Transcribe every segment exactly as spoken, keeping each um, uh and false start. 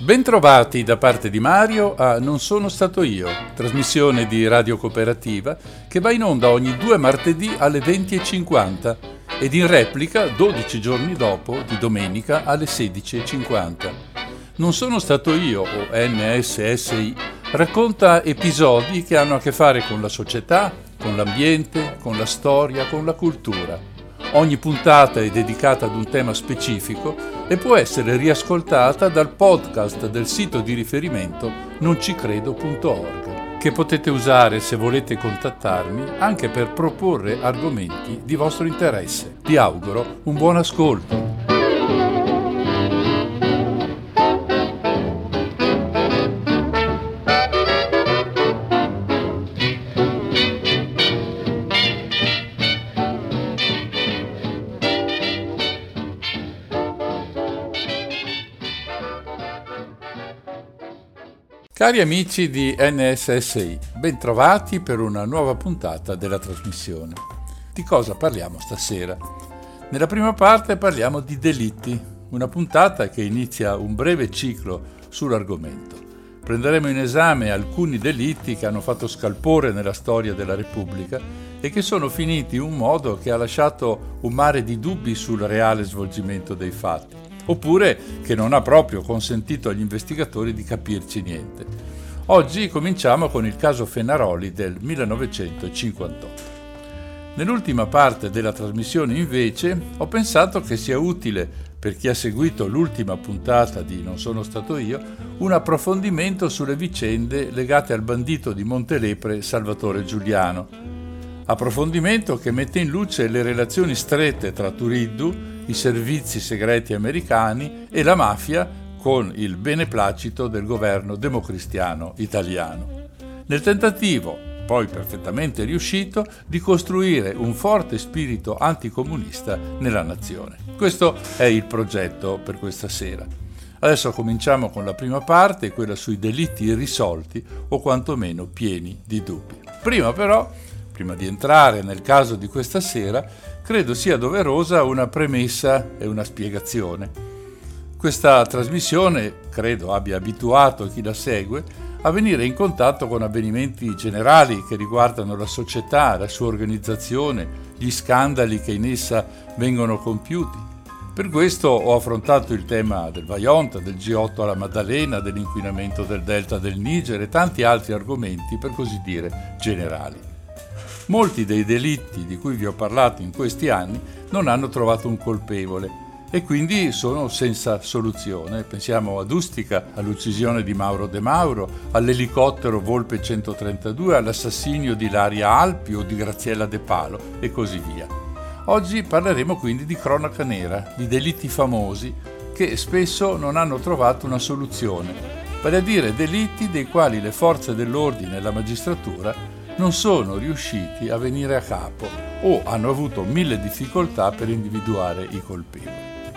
Bentrovati da parte di Mario a Non sono stato io, trasmissione di Radio Cooperativa che va in onda ogni due martedì alle venti e cinquanta ed in replica dodici giorni dopo di domenica alle sedici e cinquanta. Non sono stato io, o N S S I, racconta episodi che hanno a che fare con la società, con l'ambiente, con la storia, con la cultura. Ogni puntata è dedicata ad un tema specifico e può essere riascoltata dal podcast del sito di riferimento non ci credo punto org, che potete usare se volete contattarmi anche per proporre argomenti di vostro interesse. Vi auguro un buon ascolto. Cari amici di N S S I, bentrovati per una nuova puntata della trasmissione. Di cosa parliamo stasera? Nella prima parte parliamo di delitti, una puntata che inizia un breve ciclo sull'argomento. Prenderemo in esame alcuni delitti che hanno fatto scalpore nella storia della Repubblica e che sono finiti in un modo che ha lasciato un mare di dubbi sul reale svolgimento dei fatti, oppure che non ha proprio consentito agli investigatori di capirci niente. Oggi cominciamo con il caso Fenaroli del millenovecentocinquantotto. Nell'ultima parte della trasmissione, invece, ho pensato che sia utile, per chi ha seguito l'ultima puntata di Non sono stato io, un approfondimento sulle vicende legate al bandito di Montelepre Salvatore Giuliano. Approfondimento che mette in luce le relazioni strette tra Turiddu, i servizi segreti americani e la mafia con il beneplacito del governo democristiano italiano, nel tentativo, poi perfettamente riuscito, di costruire un forte spirito anticomunista nella nazione. Questo è il progetto per questa sera. Adesso cominciamo con la prima parte, quella sui delitti irrisolti o quantomeno pieni di dubbi. Prima però, prima di entrare nel caso di questa sera, credo sia doverosa una premessa e una spiegazione. Questa trasmissione credo abbia abituato chi la segue a venire in contatto con avvenimenti generali che riguardano la società, la sua organizzazione, gli scandali che in essa vengono compiuti. Per questo ho affrontato il tema del Vajont, del G otto alla Maddalena, dell'inquinamento del delta del Niger e tanti altri argomenti, per così dire, generali. Molti dei delitti di cui vi ho parlato in questi anni non hanno trovato un colpevole e quindi sono senza soluzione. Pensiamo ad Ustica, all'uccisione di Mauro De Mauro, all'elicottero Volpe centotrentadue, all'assassinio di Ilaria Alpi o di Graziella De Palo e così via. Oggi parleremo quindi di cronaca nera, di delitti famosi che spesso non hanno trovato una soluzione, vale a dire delitti dei quali le forze dell'ordine e la magistratura non sono riusciti a venire a capo o hanno avuto mille difficoltà per individuare i colpevoli.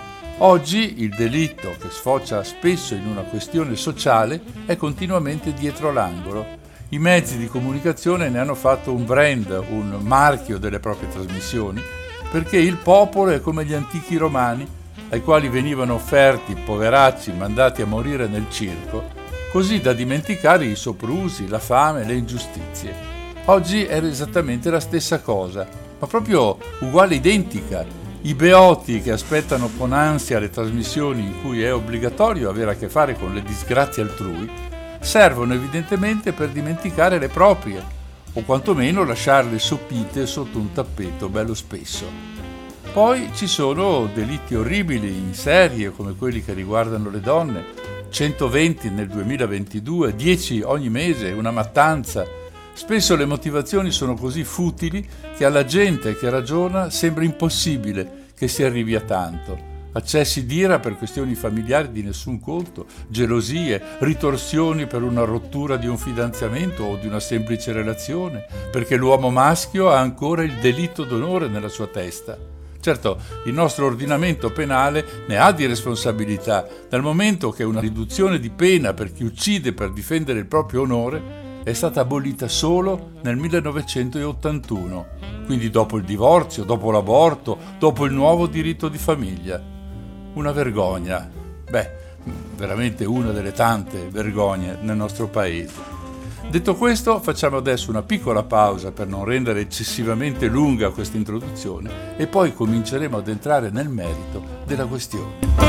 Oggi il delitto, che sfocia spesso in una questione sociale, è continuamente dietro l'angolo. I mezzi di comunicazione ne hanno fatto un brand, un marchio delle proprie trasmissioni, perché il popolo è come gli antichi romani, ai quali venivano offerti poveracci mandati a morire nel circo, così da dimenticare i soprusi, la fame, le ingiustizie. Oggi è esattamente la stessa cosa, ma proprio uguale, identica. I beoti che aspettano con ansia le trasmissioni in cui è obbligatorio avere a che fare con le disgrazie altrui, servono evidentemente per dimenticare le proprie, o quantomeno lasciarle sopite sotto un tappeto bello spesso. Poi ci sono delitti orribili in serie come quelli che riguardano le donne, centoventi nel duemilaventidue, dieci ogni mese, una mattanza. Spesso le motivazioni sono così futili che alla gente che ragiona sembra impossibile che si arrivi a tanto. Accessi d'ira per questioni familiari di nessun conto, gelosie, ritorsioni per una rottura di un fidanzamento o di una semplice relazione, perché l'uomo maschio ha ancora il delitto d'onore nella sua testa. Certo, il nostro ordinamento penale ne ha di responsabilità, dal momento che una riduzione di pena per chi uccide per difendere il proprio onore è stata abolita solo nel millenovecentottantuno, quindi dopo il divorzio, dopo l'aborto, dopo il nuovo diritto di famiglia. Una vergogna. Beh, veramente una delle tante vergogne nel nostro paese. Detto questo, facciamo adesso una piccola pausa per non rendere eccessivamente lunga questa introduzione e poi cominceremo ad entrare nel merito della questione.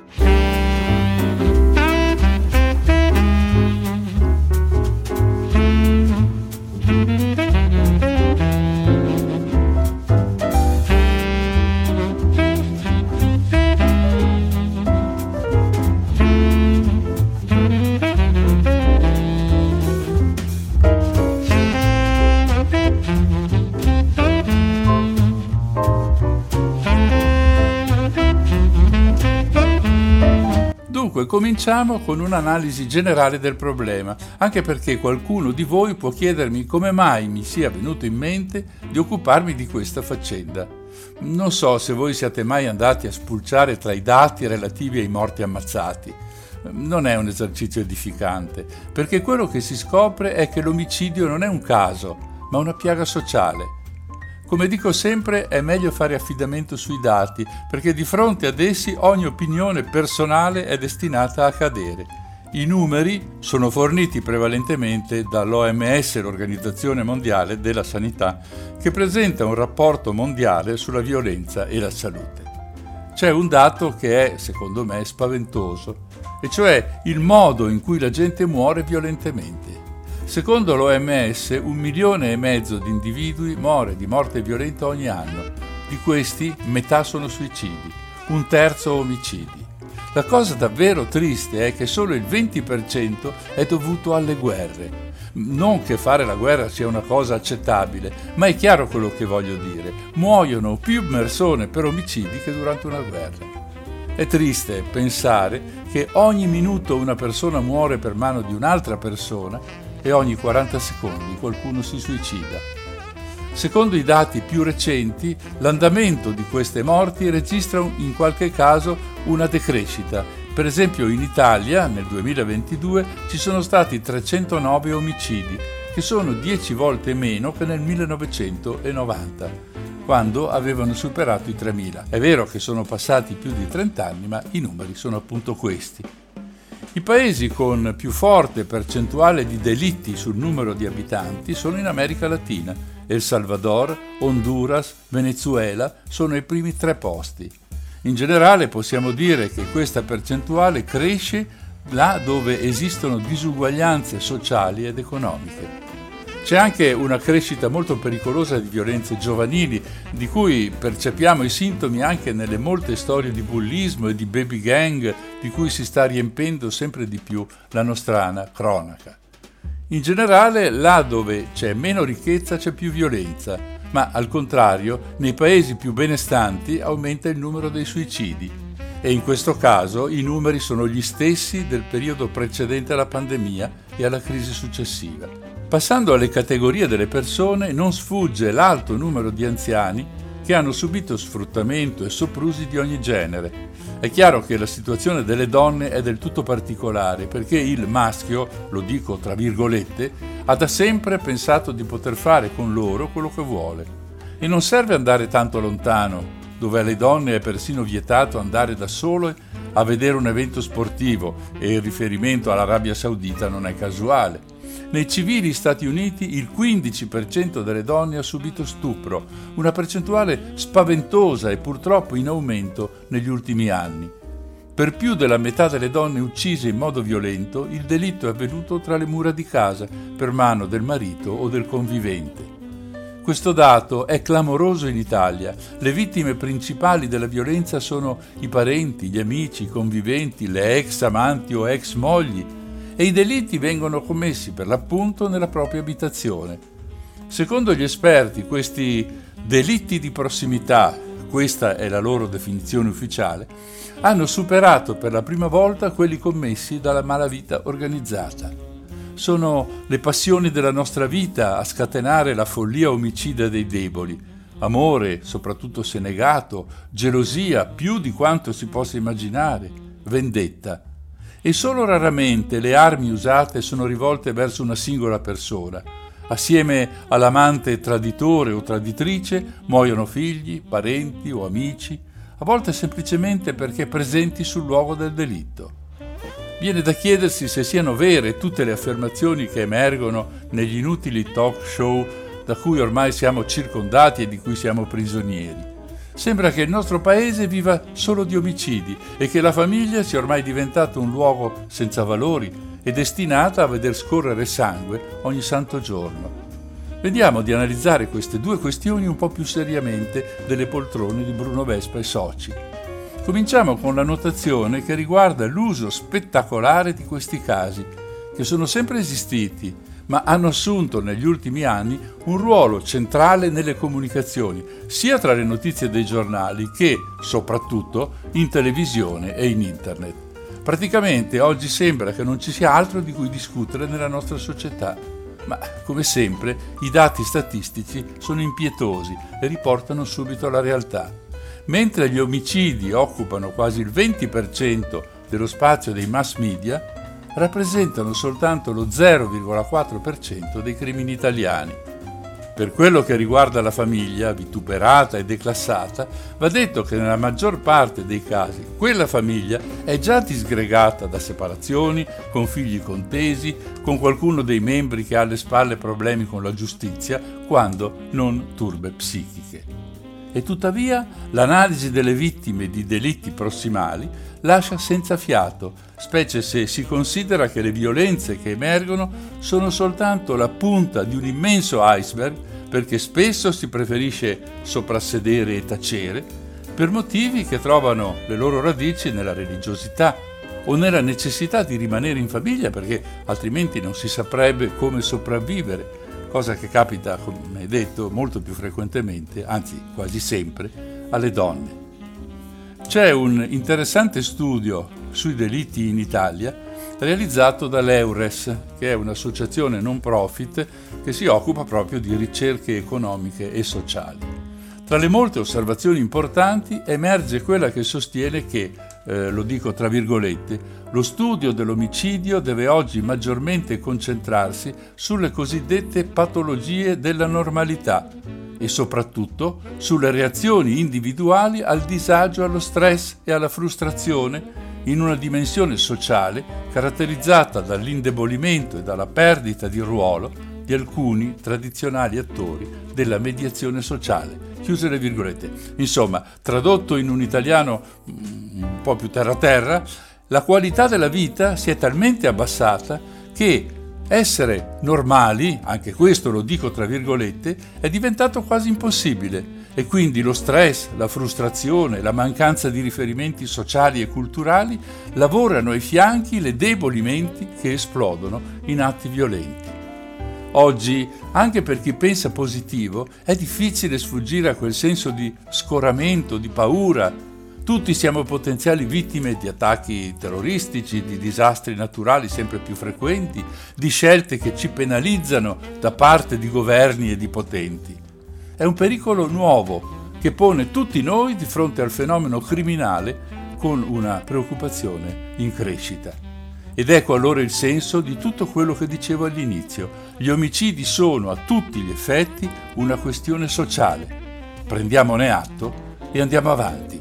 Dunque, cominciamo con un'analisi generale del problema, anche perché qualcuno di voi può chiedermi come mai mi sia venuto in mente di occuparmi di questa faccenda. Non so se voi siate mai andati a spulciare tra i dati relativi ai morti ammazzati. Non è un esercizio edificante, perché quello che si scopre è che l'omicidio non è un caso, ma una piaga sociale. Come dico sempre, è meglio fare affidamento sui dati, perché di fronte ad essi ogni opinione personale è destinata a cadere. I numeri sono forniti prevalentemente dall'O M S, l'Organizzazione Mondiale della Sanità, che presenta un rapporto mondiale sulla violenza e la salute. C'è un dato che è, secondo me, spaventoso, e cioè il modo in cui la gente muore violentemente. Secondo l'O M S, un milione e mezzo di individui muore di morte violenta ogni anno. Di questi, metà sono suicidi, un terzo omicidi. La cosa davvero triste è che solo il venti per cento è dovuto alle guerre. Non che fare la guerra sia una cosa accettabile, ma è chiaro quello che voglio dire. Muoiono più persone per omicidi che durante una guerra. È triste pensare che ogni minuto una persona muore per mano di un'altra persona e ogni quaranta secondi qualcuno si suicida. Secondo i dati più recenti, l'andamento di queste morti registra in qualche caso una decrescita. Per esempio in Italia nel duemilaventidue ci sono stati trecentonove omicidi, che sono dieci volte meno che nel millenovecentonovanta, quando avevano superato i tremila. È vero che sono passati più di trenta anni, ma i numeri sono appunto questi. I paesi con più forte percentuale di delitti sul numero di abitanti sono in America Latina. El Salvador, Honduras, Venezuela sono ai primi tre posti. In generale possiamo dire che questa percentuale cresce là dove esistono disuguaglianze sociali ed economiche. C'è anche una crescita molto pericolosa di violenze giovanili, di cui percepiamo i sintomi anche nelle molte storie di bullismo e di baby gang di cui si sta riempendo sempre di più la nostrana cronaca. In generale, là dove c'è meno ricchezza c'è più violenza, ma al contrario, nei paesi più benestanti aumenta il numero dei suicidi. E in questo caso i numeri sono gli stessi del periodo precedente alla pandemia e alla crisi successiva. Passando alle categorie delle persone, non sfugge l'alto numero di anziani che hanno subito sfruttamento e soprusi di ogni genere. È chiaro che la situazione delle donne è del tutto particolare, perché il maschio, lo dico tra virgolette, ha da sempre pensato di poter fare con loro quello che vuole. E non serve andare tanto lontano, dove alle donne è persino vietato andare da sole a vedere un evento sportivo, e il riferimento all'Arabia Saudita non è casuale. Nei civili Stati Uniti il quindici per cento delle donne ha subito stupro, una percentuale spaventosa e purtroppo in aumento negli ultimi anni. Per più della metà delle donne uccise in modo violento, il delitto è avvenuto tra le mura di casa, per mano del marito o del convivente. Questo dato è clamoroso in Italia. Le vittime principali della violenza sono i parenti, gli amici, i conviventi, le ex amanti o ex mogli, e i delitti vengono commessi per l'appunto nella propria abitazione. Secondo gli esperti, questi delitti di prossimità, questa è la loro definizione ufficiale, hanno superato per la prima volta quelli commessi dalla malavita organizzata. Sono le passioni della nostra vita a scatenare la follia omicida dei deboli. Amore, soprattutto se negato, gelosia, più di quanto si possa immaginare, vendetta. E solo raramente le armi usate sono rivolte verso una singola persona. Assieme all'amante traditore o traditrice muoiono figli, parenti o amici, a volte semplicemente perché presenti sul luogo del delitto. Viene da chiedersi se siano vere tutte le affermazioni che emergono negli inutili talk show da cui ormai siamo circondati e di cui siamo prigionieri. Sembra che il nostro paese viva solo di omicidi e che la famiglia sia ormai diventata un luogo senza valori e destinata a veder scorrere sangue ogni santo giorno. Vediamo di analizzare queste due questioni un po' più seriamente delle poltrone di Bruno Vespa e soci. Cominciamo con la notazione che riguarda l'uso spettacolare di questi casi, che sono sempre esistiti, ma hanno assunto negli ultimi anni un ruolo centrale nelle comunicazioni, sia tra le notizie dei giornali che, soprattutto, in televisione e in internet. Praticamente oggi sembra che non ci sia altro di cui discutere nella nostra società, ma come sempre i dati statistici sono impietosi e riportano subito la realtà. Mentre gli omicidi occupano quasi il venti per cento dello spazio dei mass media, rappresentano soltanto lo zero virgola quattro per cento dei crimini italiani. Per quello che riguarda la famiglia, vituperata e declassata, va detto che nella maggior parte dei casi quella famiglia è già disgregata da separazioni, con figli contesi, con qualcuno dei membri che ha alle spalle problemi con la giustizia, quando non turbe psichiche. E tuttavia l'analisi delle vittime di delitti prossimali lascia senza fiato, specie se si considera che le violenze che emergono sono soltanto la punta di un immenso iceberg, perché spesso si preferisce soprassedere e tacere per motivi che trovano le loro radici nella religiosità o nella necessità di rimanere in famiglia, perché altrimenti non si saprebbe come sopravvivere, cosa che capita, come detto, molto più frequentemente, anzi quasi sempre, alle donne. C'è un interessante studio sui delitti in Italia realizzato dall'Eures, che è un'associazione non profit che si occupa proprio di ricerche economiche e sociali. Tra le molte osservazioni importanti emerge quella che sostiene che, eh, lo dico tra virgolette, lo studio dell'omicidio deve oggi maggiormente concentrarsi sulle cosiddette patologie della normalità e soprattutto sulle reazioni individuali al disagio, allo stress e alla frustrazione in una dimensione sociale caratterizzata dall'indebolimento e dalla perdita di ruolo di alcuni tradizionali attori della mediazione sociale. Chiuse le virgolette. Insomma, tradotto in un italiano un po' più terra-terra, la qualità della vita si è talmente abbassata che essere normali, anche questo lo dico tra virgolette, è diventato quasi impossibile e quindi lo stress, la frustrazione, la mancanza di riferimenti sociali e culturali lavorano ai fianchi le deboli menti che esplodono in atti violenti. Oggi, anche per chi pensa positivo, è difficile sfuggire a quel senso di scoramento, di paura. Tutti siamo potenziali vittime di attacchi terroristici, di disastri naturali sempre più frequenti, di scelte che ci penalizzano da parte di governi e di potenti. È un pericolo nuovo che pone tutti noi di fronte al fenomeno criminale con una preoccupazione in crescita. Ed ecco allora il senso di tutto quello che dicevo all'inizio. Gli omicidi sono a tutti gli effetti una questione sociale. Prendiamone atto e andiamo avanti.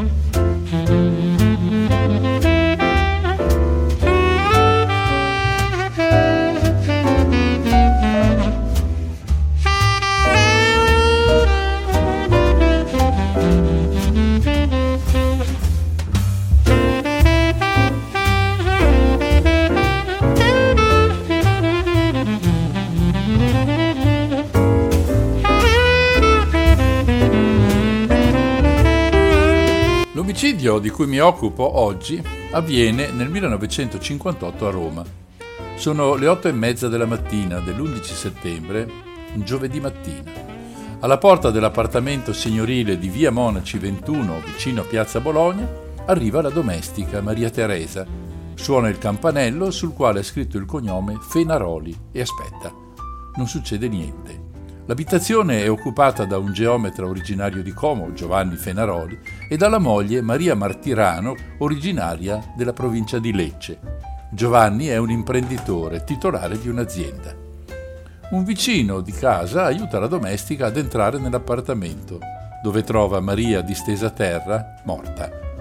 L'omicidio di cui mi occupo oggi avviene nel millenovecentocinquantotto a Roma. Sono le otto e mezza della mattina dell'undici settembre, un giovedì mattina. Alla porta dell'appartamento signorile di via Monaci ventuno, vicino a Piazza Bologna, arriva la domestica Maria Teresa. Suona il campanello sul quale è scritto il cognome Fenaroli e aspetta. Non succede niente. L'abitazione è occupata da un geometra originario di Como, Giovanni Fenaroli, e dalla moglie Maria Martirano, originaria della provincia di Lecce. Giovanni è un imprenditore, titolare di un'azienda. Un vicino di casa aiuta la domestica ad entrare nell'appartamento, dove trova Maria distesa a terra, morta.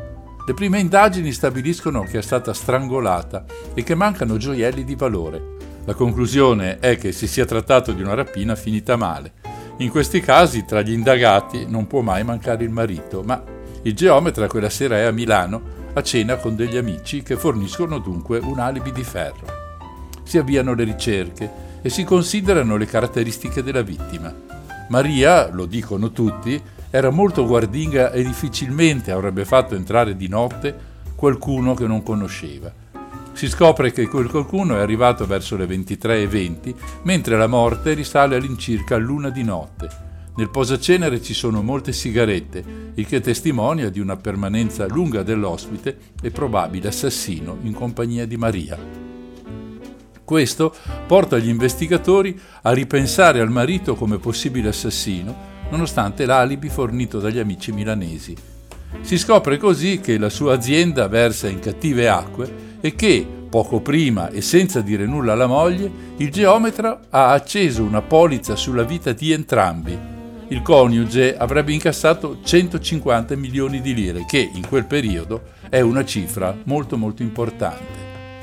Le prime indagini stabiliscono che è stata strangolata e che mancano gioielli di valore. La conclusione è che si sia trattato di una rapina finita male. In questi casi, tra gli indagati non può mai mancare il marito, ma il geometra quella sera è a Milano a cena con degli amici che forniscono dunque un alibi di ferro. Si avviano le ricerche e si considerano le caratteristiche della vittima. Maria, lo dicono tutti, era molto guardinga e difficilmente avrebbe fatto entrare di notte qualcuno che non conosceva. Si scopre che quel qualcuno è arrivato verso le ventitré e venti, mentre la morte risale all'incirca l'una di notte. Nel posacenere ci sono molte sigarette, il che testimonia di una permanenza lunga dell'ospite e probabile assassino in compagnia di Maria. Questo porta gli investigatori a ripensare al marito come possibile assassino, nonostante l'alibi fornito dagli amici milanesi. Si scopre così che la sua azienda versa in cattive acque e che, poco prima e senza dire nulla alla moglie, il geometra ha acceso una polizza sulla vita di entrambi. Il coniuge avrebbe incassato centocinquanta milioni di lire, che in quel periodo è una cifra molto molto importante.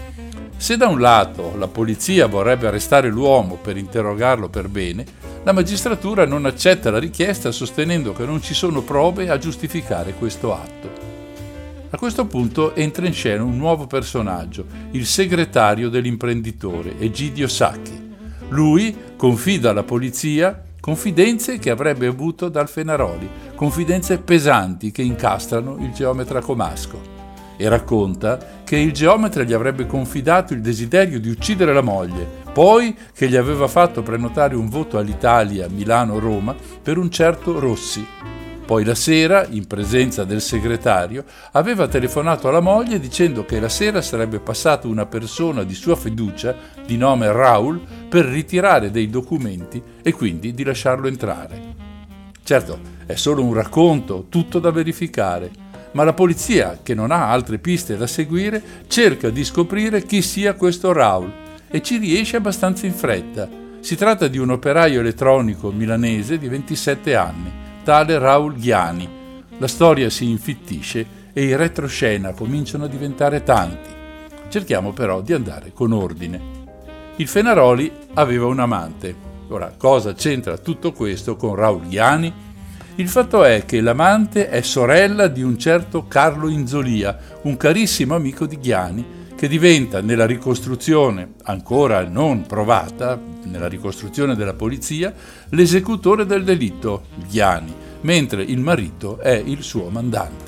Se da un lato la polizia vorrebbe arrestare l'uomo per interrogarlo per bene, la magistratura non accetta la richiesta sostenendo che non ci sono prove a giustificare questo atto. A questo punto entra in scena un nuovo personaggio, il segretario dell'imprenditore, Egidio Sacchi. Lui confida alla polizia confidenze che avrebbe avuto dal Fenaroli, confidenze pesanti che incastrano il geometra comasco. E racconta che il geometra gli avrebbe confidato il desiderio di uccidere la moglie, poi che gli aveva fatto prenotare un voto all'Italia Milano-Roma per un certo Rossi. Poi la sera, in presenza del segretario, aveva telefonato alla moglie dicendo che la sera sarebbe passato una persona di sua fiducia, di nome Raul, per ritirare dei documenti e quindi di lasciarlo entrare. Certo, è solo un racconto, tutto da verificare, ma la polizia, che non ha altre piste da seguire, cerca di scoprire chi sia questo Raul e ci riesce abbastanza in fretta. Si tratta di un operaio elettronico milanese di ventisette anni, tale Raul Ghiani. La storia si infittisce e i retroscena cominciano a diventare tanti. Cerchiamo però di andare con ordine. Il Fenaroli aveva un amante. Ora, cosa c'entra tutto questo con Raul Ghiani? Il fatto è che l'amante è sorella di un certo Carlo Inzolia, un carissimo amico di Ghiani, che diventa nella ricostruzione, ancora non provata, nella ricostruzione della polizia, l'esecutore del delitto, Ghiani, mentre il marito è il suo mandante.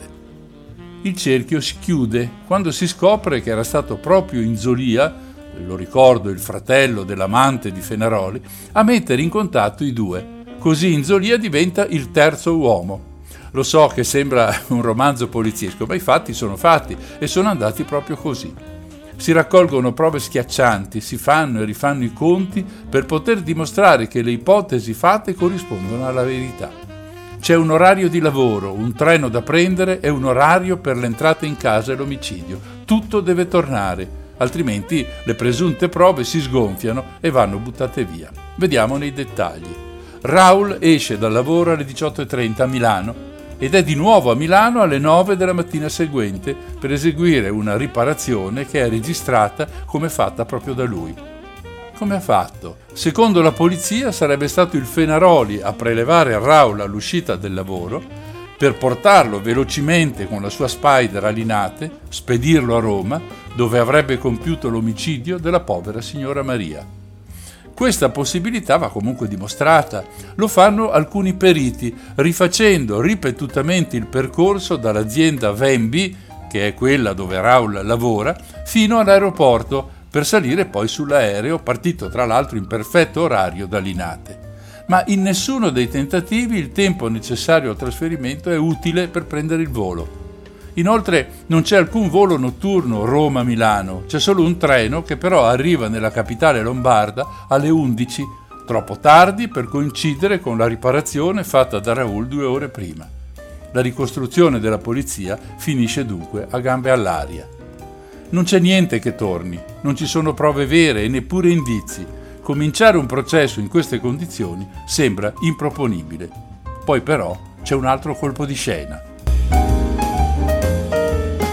Il cerchio si chiude quando si scopre che era stato proprio Inzolia, lo ricordo il fratello dell'amante di Fenaroli, a mettere in contatto i due. Così Inzolia diventa il terzo uomo. Lo so che sembra un romanzo poliziesco, ma i fatti sono fatti e sono andati proprio così. Si raccolgono prove schiaccianti, si fanno e rifanno i conti per poter dimostrare che le ipotesi fatte corrispondono alla verità. C'è un orario di lavoro, un treno da prendere e un orario per l'entrata in casa e l'omicidio. Tutto deve tornare, altrimenti le presunte prove si sgonfiano e vanno buttate via. Vediamo nei dettagli. Raul esce dal lavoro alle diciotto e trenta a Milano ed è di nuovo a Milano alle nove della mattina seguente per eseguire una riparazione che è registrata come fatta proprio da lui. Come ha fatto? Secondo la polizia sarebbe stato il Fenaroli a prelevare Raul all'uscita del lavoro per portarlo velocemente con la sua Spider a Linate, spedirlo a Roma, dove avrebbe compiuto l'omicidio della povera signora Maria. Questa possibilità va comunque dimostrata. Lo fanno alcuni periti, rifacendo ripetutamente il percorso dall'azienda Vembi, che è quella dove Raul lavora, fino all'aeroporto, per salire poi sull'aereo, partito tra l'altro in perfetto orario da Linate. Ma in nessuno dei tentativi il tempo necessario al trasferimento è utile per prendere il volo. Inoltre non c'è alcun volo notturno Roma-Milano, c'è solo un treno che però arriva nella capitale lombarda alle undici, troppo tardi per coincidere con la riparazione fatta da Raul due ore prima. La ricostruzione della polizia finisce dunque a gambe all'aria. Non c'è niente che torni, non ci sono prove vere e neppure indizi. Cominciare un processo in queste condizioni sembra improponibile. Poi però c'è un altro colpo di scena.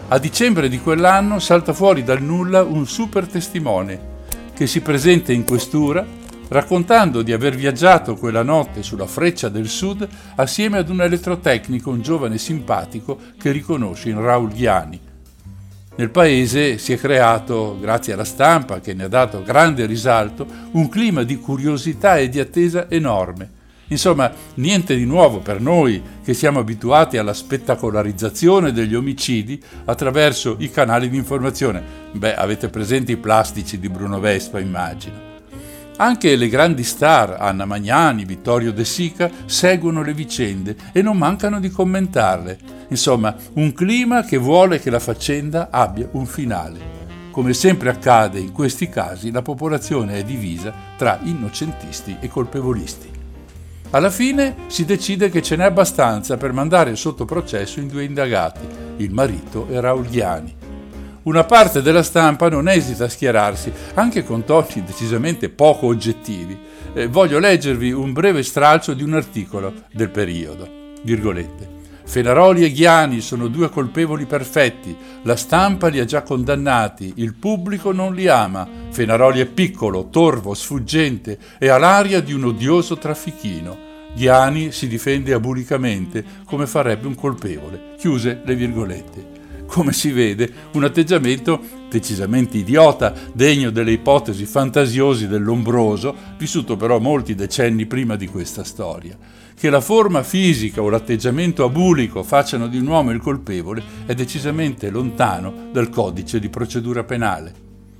A dicembre di quell'anno salta fuori dal nulla un super testimone che si presenta in questura raccontando di aver viaggiato quella notte sulla Freccia del Sud assieme ad un elettrotecnico, un giovane simpatico che riconosce in Raul Ghiani. Nel paese si è creato, grazie alla stampa che ne ha dato grande risalto, un clima di curiosità e di attesa enorme. Insomma, niente di nuovo per noi che siamo abituati alla spettacolarizzazione degli omicidi attraverso i canali di informazione. Beh, avete presenti i plastici di Bruno Vespa, immagino. Anche le grandi star, Anna Magnani, Vittorio De Sica, seguono le vicende e non mancano di commentarle. Insomma, un clima che vuole che la faccenda abbia un finale. Come sempre accade in questi casi, la popolazione è divisa tra innocentisti e colpevolisti. Alla fine si decide che ce n'è abbastanza per mandare sotto processo in due indagati, il marito e Raul Ghiani. Una parte della stampa non esita a schierarsi, anche con toni decisamente poco oggettivi. Eh, voglio leggervi un breve stralcio di un articolo del periodo. Virgolette. Fenaroli e Ghiani sono due colpevoli perfetti, la stampa li ha già condannati, il pubblico non li ama. Fenaroli è piccolo, torvo, sfuggente e ha l'aria di un odioso traffichino. Ghiani si difende abulicamente, come farebbe un colpevole. Chiuse le virgolette. Come si vede, un atteggiamento decisamente idiota, degno delle ipotesi fantasiose dell'ombroso, vissuto però molti decenni prima di questa storia. Che la forma fisica o l'atteggiamento abulico facciano di un uomo il colpevole è decisamente lontano dal codice di procedura penale.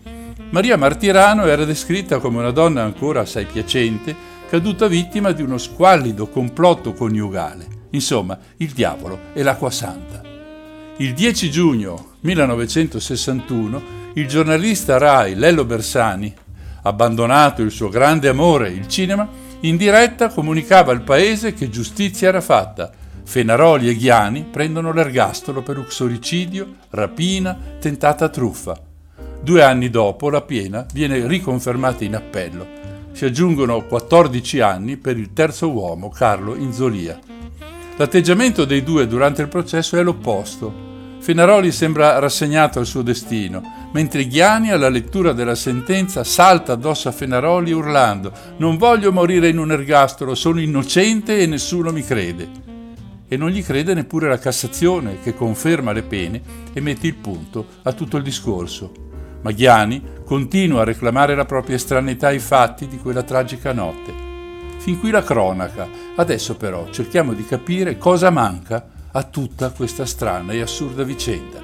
Maria Martirano era descritta come una donna ancora assai piacente, caduta vittima di uno squallido complotto coniugale. Insomma, il diavolo e l'acqua santa. Il dieci giugno millenovecentosessantuno il giornalista Rai Lello Bersani, abbandonato il suo grande amore, il cinema, in diretta comunicava al paese che giustizia era fatta. Fenaroli e Ghiani prendono l'ergastolo per uxoricidio, rapina, tentata truffa. Due anni dopo la pena viene riconfermata in appello. Si aggiungono quattordici anni per il terzo uomo, Carlo Inzolia. L'atteggiamento dei due durante il processo è l'opposto. Fenaroli sembra rassegnato al suo destino, mentre Ghiani alla lettura della sentenza salta addosso a Fenaroli urlando «Non voglio morire in un ergastolo, sono innocente e nessuno mi crede». E non gli crede neppure la Cassazione, che conferma le pene e mette il punto a tutto il discorso. Ma Ghiani continua a reclamare la propria estraneità ai fatti di quella tragica notte. Fin qui la cronaca. Adesso però cerchiamo di capire cosa manca a tutta questa strana e assurda vicenda.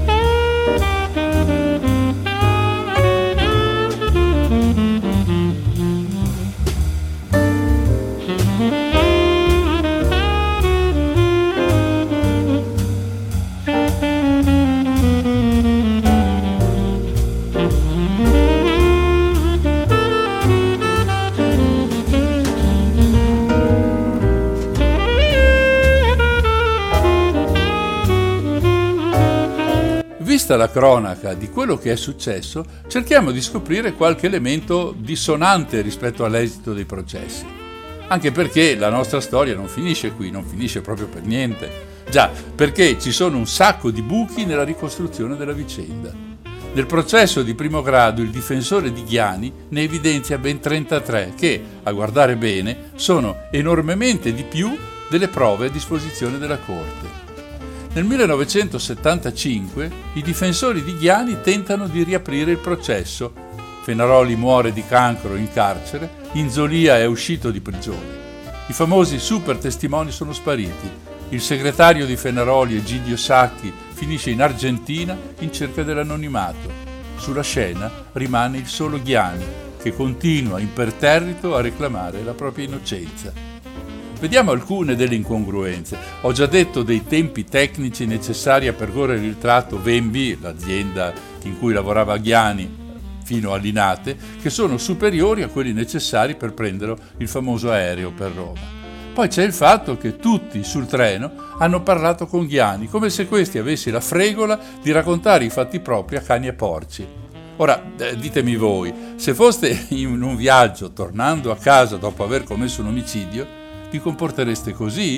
Vista la cronaca di quello che è successo, cerchiamo di scoprire qualche elemento dissonante rispetto all'esito dei processi. Anche perché la nostra storia non finisce qui, non finisce proprio per niente. Già, perché ci sono un sacco di buchi nella ricostruzione della vicenda. Nel processo di primo grado il difensore di Ghiani ne evidenzia ben trentatré che, a guardare bene, sono enormemente di più delle prove a disposizione della Corte. Nel millenovecentosettantacinque i difensori di Ghiani tentano di riaprire il processo. Fenaroli muore di cancro in carcere, Inzolia è uscito di prigione. I famosi super testimoni sono spariti. Il segretario di Fenaroli, Egidio Sacchi, finisce in Argentina in cerca dell'anonimato. Sulla scena rimane il solo Ghiani, che continua imperterrito a reclamare la propria innocenza. Vediamo alcune delle incongruenze. Ho già detto dei tempi tecnici necessari a percorrere il tratto Vembi, l'azienda in cui lavorava Ghiani, fino a Linate, che sono superiori a quelli necessari per prendere il famoso aereo per Roma. Poi c'è il fatto che tutti sul treno hanno parlato con Ghiani, come se questi avessi la fregola di raccontare i fatti propri a cani e porci. Ora, ditemi voi, se foste in un viaggio tornando a casa dopo aver commesso un omicidio, vi comportereste così?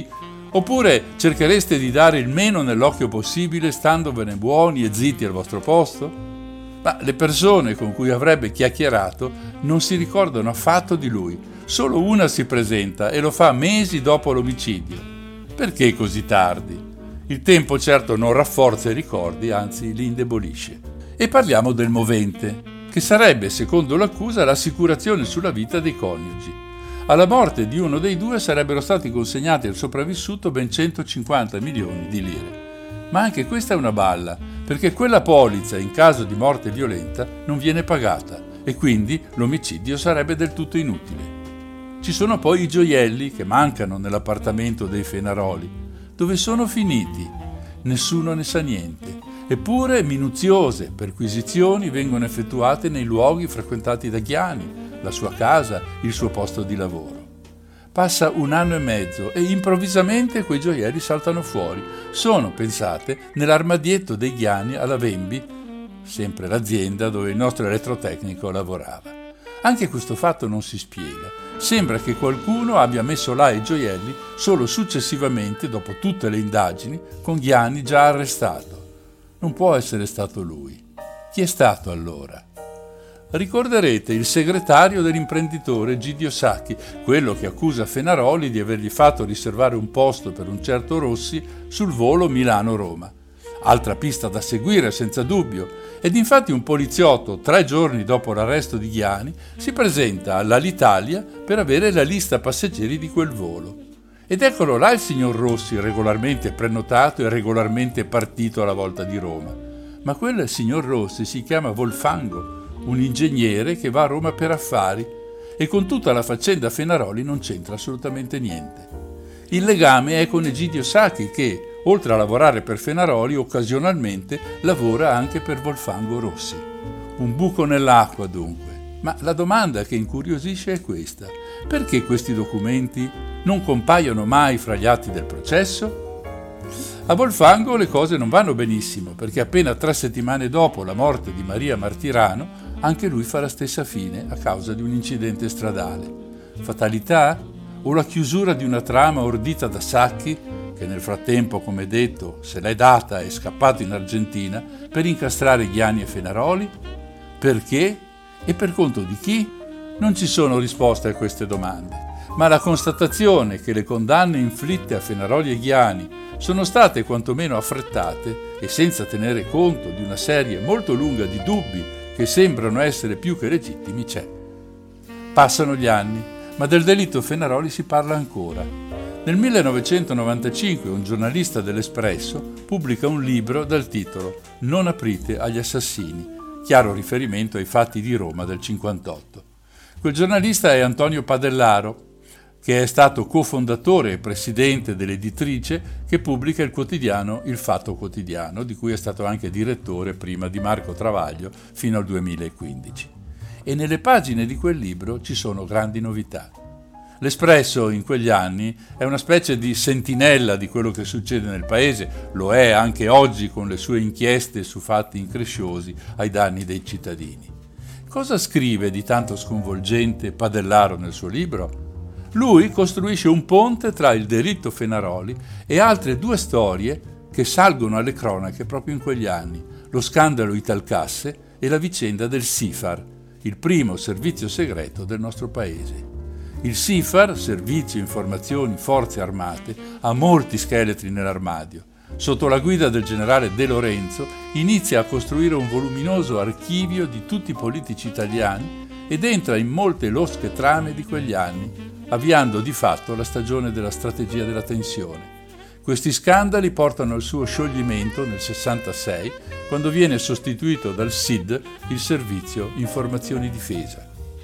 Oppure cerchereste di dare il meno nell'occhio possibile standovene buoni e zitti al vostro posto? Ma le persone con cui avrebbe chiacchierato non si ricordano affatto di lui. Solo una si presenta e lo fa mesi dopo l'omicidio. Perché così tardi? Il tempo certo non rafforza i ricordi, anzi li indebolisce. E parliamo del movente, che sarebbe, secondo l'accusa, l'assicurazione sulla vita dei coniugi. Alla morte di uno dei due sarebbero stati consegnati al sopravvissuto ben centocinquanta milioni di lire. Ma anche questa è una balla, perché quella polizza in caso di morte violenta non viene pagata e quindi l'omicidio sarebbe del tutto inutile. Ci sono poi i gioielli che mancano nell'appartamento dei Fenaroli. Dove sono finiti? Nessuno ne sa niente. Eppure minuziose perquisizioni vengono effettuate nei luoghi frequentati da Ghiani, la sua casa, il suo posto di lavoro. Passa un anno e mezzo e improvvisamente quei gioielli saltano fuori. Sono, pensate, nell'armadietto dei Ghiani alla Vembi, sempre l'azienda dove il nostro elettrotecnico lavorava. Anche questo fatto non si spiega. Sembra che qualcuno abbia messo là i gioielli solo successivamente, dopo tutte le indagini, con Ghiani già arrestato. Non può essere stato lui. Chi è stato allora? Ricorderete il segretario dell'imprenditore Gidio Sacchi, quello che accusa Fenaroli di avergli fatto riservare un posto per un certo Rossi sul volo Milano-Roma. Altra pista da seguire senza dubbio, ed infatti un poliziotto, tre giorni dopo l'arresto di Ghiani, si presenta all'Alitalia per avere la lista passeggeri di quel volo. Ed eccolo là il signor Rossi, regolarmente prenotato e regolarmente partito alla volta di Roma. Ma quel signor Rossi si chiama Volfango, un ingegnere che va a Roma per affari, e con tutta la faccenda Fenaroli non c'entra assolutamente niente. Il legame è con Egidio Sacchi che, oltre a lavorare per Fenaroli, occasionalmente lavora anche per Volfango Rossi. Un buco nell'acqua dunque. Ma la domanda che incuriosisce è questa: perché questi documenti non compaiono mai fra gli atti del processo? A Volfango le cose non vanno benissimo, perché appena tre settimane dopo la morte di Maria Martirano, anche lui fa la stessa fine a causa di un incidente stradale. Fatalità? O la chiusura di una trama ordita da Sacchi, che nel frattempo, come detto, se l'è data e è scappato in Argentina per incastrare Ghiani e Fenaroli? Perché? E per conto di chi? Non ci sono risposte a queste domande, ma la constatazione che le condanne inflitte a Fenaroli e Ghiani sono state quantomeno affrettate e senza tenere conto di una serie molto lunga di dubbi che sembrano essere più che legittimi c'è. Passano gli anni, ma del delitto Fenaroli si parla ancora. Nel millenovecentonovantacinque un giornalista dell'Espresso pubblica un libro dal titolo «Non aprite agli assassini», chiaro riferimento ai fatti di Roma del cinquantotto. Quel giornalista è Antonio Padellaro, che è stato cofondatore e presidente dell'editrice che pubblica il quotidiano Il Fatto Quotidiano, di cui è stato anche direttore prima di Marco Travaglio fino al duemilaquindici. E nelle pagine di quel libro ci sono grandi novità. L'Espresso in quegli anni è una specie di sentinella di quello che succede nel paese, lo è anche oggi con le sue inchieste su fatti incresciosi ai danni dei cittadini. Cosa scrive di tanto sconvolgente Padellaro nel suo libro? Lui costruisce un ponte tra il delitto Fenaroli e altre due storie che salgono alle cronache proprio in quegli anni, lo scandalo Italcasse e la vicenda del SIFAR, il primo servizio segreto del nostro paese. Il SIFAR, Servizio Informazioni Forze Armate, ha molti scheletri nell'armadio. Sotto la guida del generale De Lorenzo inizia a costruire un voluminoso archivio di tutti i politici italiani ed entra in molte losche trame di quegli anni, avviando di fatto la stagione della strategia della tensione. Questi scandali portano al suo scioglimento nel sessantasei, quando viene sostituito dal S I D, il Servizio Informazioni Difesa.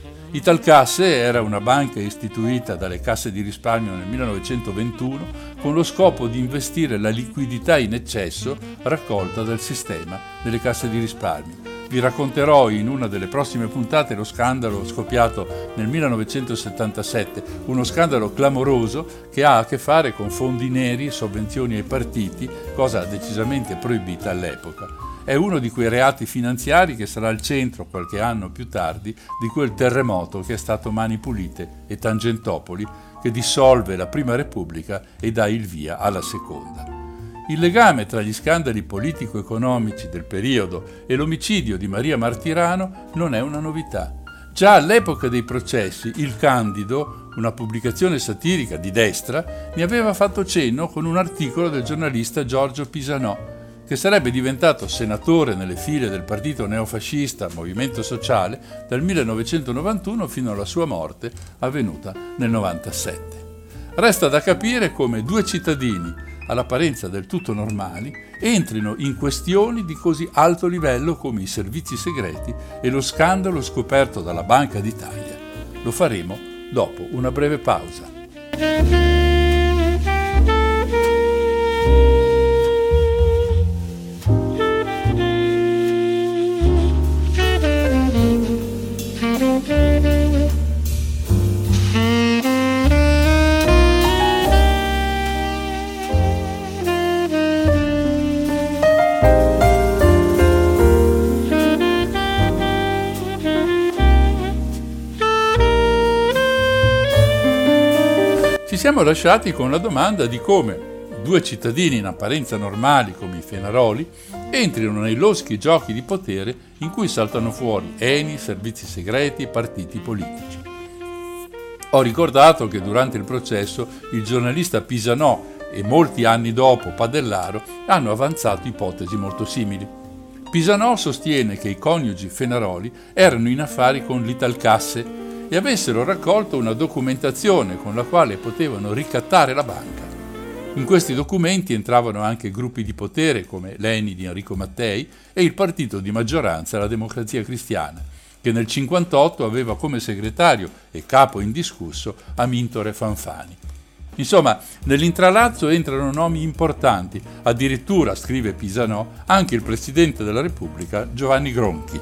Italcasse era una banca istituita dalle casse di risparmio nel millenovecentoventuno con lo scopo di investire la liquidità in eccesso raccolta dal sistema delle casse di risparmio. Vi racconterò in una delle prossime puntate lo scandalo scoppiato nel millenovecentosettantasette, uno scandalo clamoroso che ha a che fare con fondi neri, sovvenzioni ai partiti, cosa decisamente proibita all'epoca. È uno di quei reati finanziari che sarà al centro, qualche anno più tardi, di quel terremoto che è stato Mani Pulite e Tangentopoli, che dissolve la Prima Repubblica e dà il via alla Seconda. Il legame tra gli scandali politico-economici del periodo e l'omicidio di Maria Martirano non è una novità. Già all'epoca dei processi, Il Candido, una pubblicazione satirica di destra, ne aveva fatto cenno con un articolo del giornalista Giorgio Pisanò, che sarebbe diventato senatore nelle file del partito neofascista Movimento Sociale dal millenovecentonovantuno fino alla sua morte, avvenuta nel novantasette. Resta da capire come due cittadini, all'apparenza del tutto normali, entrino in questioni di così alto livello come i servizi segreti e lo scandalo scoperto dalla Banca d'Italia. Lo faremo dopo una breve pausa. Ci siamo lasciati con la domanda di come due cittadini in apparenza normali come i Fenaroli entrino nei loschi giochi di potere in cui saltano fuori Eni, servizi segreti e partiti politici. Ho ricordato che durante il processo il giornalista Pisanò e molti anni dopo Padellaro hanno avanzato ipotesi molto simili. Pisanò sostiene che i coniugi Fenaroli erano in affari con l'Italcasse e avessero raccolto una documentazione con la quale potevano ricattare la banca. In questi documenti entravano anche gruppi di potere come l'Eni di Enrico Mattei e il partito di maggioranza La Democrazia Cristiana, che nel cinquantotto aveva come segretario e capo indiscusso Amintore Fanfani. Insomma, nell'intralazzo entrano nomi importanti, addirittura, scrive Pisanò, anche il Presidente della Repubblica Giovanni Gronchi.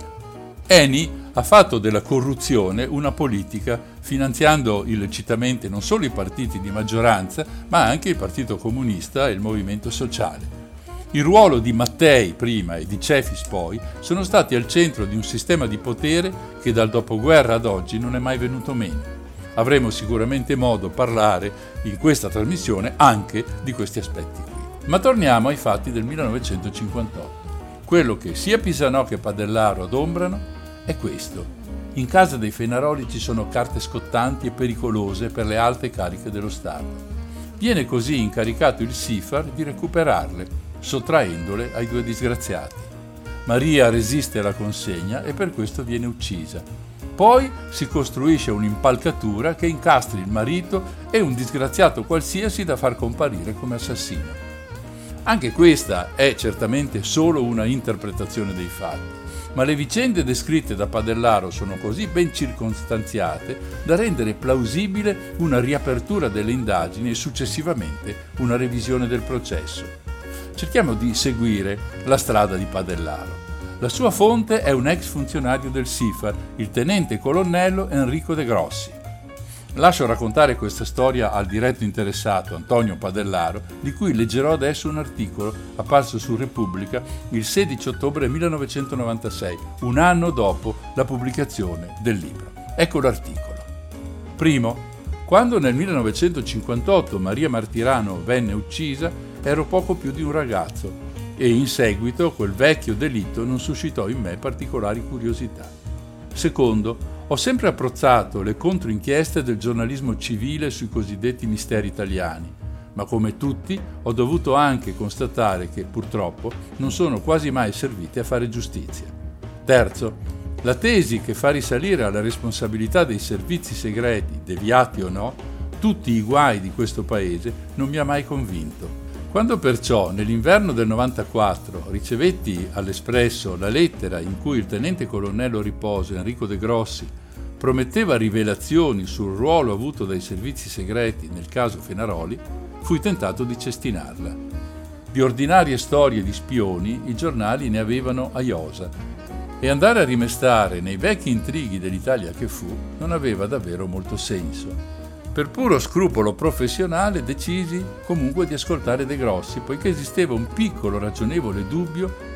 Eni ha fatto della corruzione una politica, finanziando illecitamente non solo i partiti di maggioranza, ma anche il Partito Comunista e il Movimento Sociale. Il ruolo di Mattei prima e di Cefis poi sono stati al centro di un sistema di potere che dal dopoguerra ad oggi non è mai venuto meno. Avremo sicuramente modo di parlare in questa trasmissione anche di questi aspetti qui. Ma torniamo ai fatti del millenovecentocinquantotto. Quello che sia Pisanò che Padellaro adombrano è questo. In casa dei Fenaroli ci sono carte scottanti e pericolose per le alte cariche dello Stato. Viene così incaricato il SIFAR di recuperarle, sottraendole ai due disgraziati. Maria resiste alla consegna e per questo viene uccisa. Poi si costruisce un'impalcatura che incastri il marito e un disgraziato qualsiasi da far comparire come assassino. Anche questa è certamente solo una interpretazione dei fatti, ma le vicende descritte da Padellaro sono così ben circostanziate da rendere plausibile una riapertura delle indagini e successivamente una revisione del processo. Cerchiamo di seguire la strada di Padellaro. La sua fonte è un ex funzionario del SIFAR, il tenente colonnello Enrico De Grossi. Lascio raccontare questa storia al diretto interessato, Antonio Padellaro, di cui leggerò adesso un articolo apparso su Repubblica il sedici ottobre millenovecentonovantasei, un anno dopo la pubblicazione del libro. Ecco l'articolo. Primo, quando nel millenovecentocinquantotto Maria Martirano venne uccisa, ero poco più di un ragazzo e in seguito quel vecchio delitto non suscitò in me particolari curiosità. Secondo, ho sempre apprezzato le controinchieste del giornalismo civile sui cosiddetti misteri italiani, ma come tutti ho dovuto anche constatare che purtroppo non sono quasi mai servite a fare giustizia. Terzo, la tesi che fa risalire alla responsabilità dei servizi segreti, deviati o no, tutti i guai di questo paese non mi ha mai convinto. Quando perciò nell'inverno del novantaquattro ricevetti all'Espresso la lettera in cui il tenente colonnello riposo Enrico De Grossi prometteva rivelazioni sul ruolo avuto dai servizi segreti nel caso Fenaroli, fui tentato di cestinarla. Di ordinarie storie di spioni i giornali ne avevano a iosa e andare a rimestare nei vecchi intrighi dell'Italia che fu non aveva davvero molto senso. Per puro scrupolo professionale decisi comunque di ascoltare De Grossi, poiché esisteva un piccolo ragionevole dubbio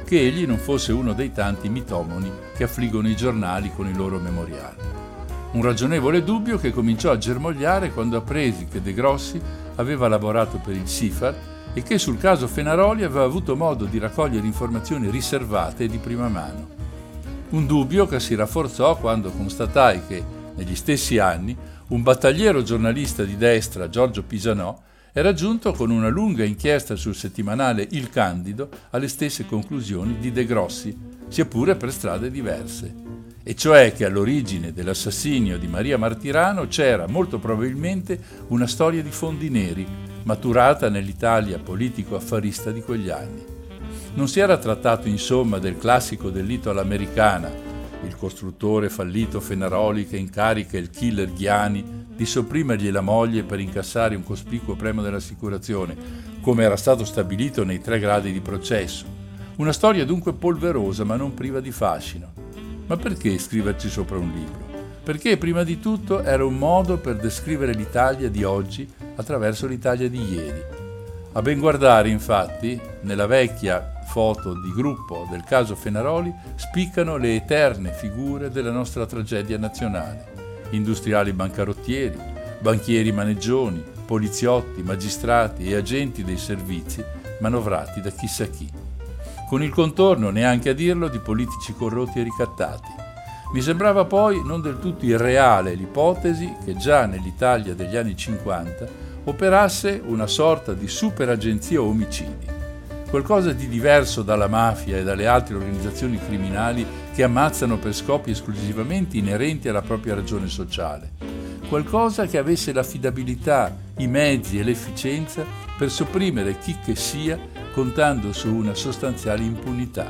che egli non fosse uno dei tanti mitomani che affliggono i giornali con i loro memoriali. Un ragionevole dubbio che cominciò a germogliare quando appresi che De Grossi aveva lavorato per il SIFAR e che sul caso Fenaroli aveva avuto modo di raccogliere informazioni riservate e di prima mano. Un dubbio che si rafforzò quando constatai che, negli stessi anni, un battagliero giornalista di destra, Giorgio Pisanò, era giunto con una lunga inchiesta sul settimanale Il Candido alle stesse conclusioni di De Grossi, sia pure per strade diverse, e cioè che all'origine dell'assassinio di Maria Martirano c'era molto probabilmente una storia di fondi neri, maturata nell'Italia politico-affarista di quegli anni. Non si era trattato insomma del classico delitto all'americana, il costruttore fallito Fenaroli che incarica il killer Ghiani di sopprimergli la moglie per incassare un cospicuo premio dell'assicurazione, come era stato stabilito nei tre gradi di processo. Una storia dunque polverosa ma non priva di fascino. Ma perché scriverci sopra un libro? Perché prima di tutto era un modo per descrivere l'Italia di oggi attraverso l'Italia di ieri. A ben guardare, infatti, nella vecchia foto di gruppo del caso Fenaroli spiccano le eterne figure della nostra tragedia nazionale. Industriali bancarottieri, banchieri maneggioni, poliziotti, magistrati e agenti dei servizi manovrati da chissà chi. Con il contorno, neanche a dirlo, di politici corrotti e ricattati. Mi sembrava poi non del tutto irreale l'ipotesi che già nell'Italia degli anni cinquanta operasse una sorta di superagenzia omicidi, qualcosa di diverso dalla mafia e dalle altre organizzazioni criminali che ammazzano per scopi esclusivamente inerenti alla propria ragione sociale, qualcosa che avesse l'affidabilità, i mezzi e l'efficienza per sopprimere chi che sia contando su una sostanziale impunità,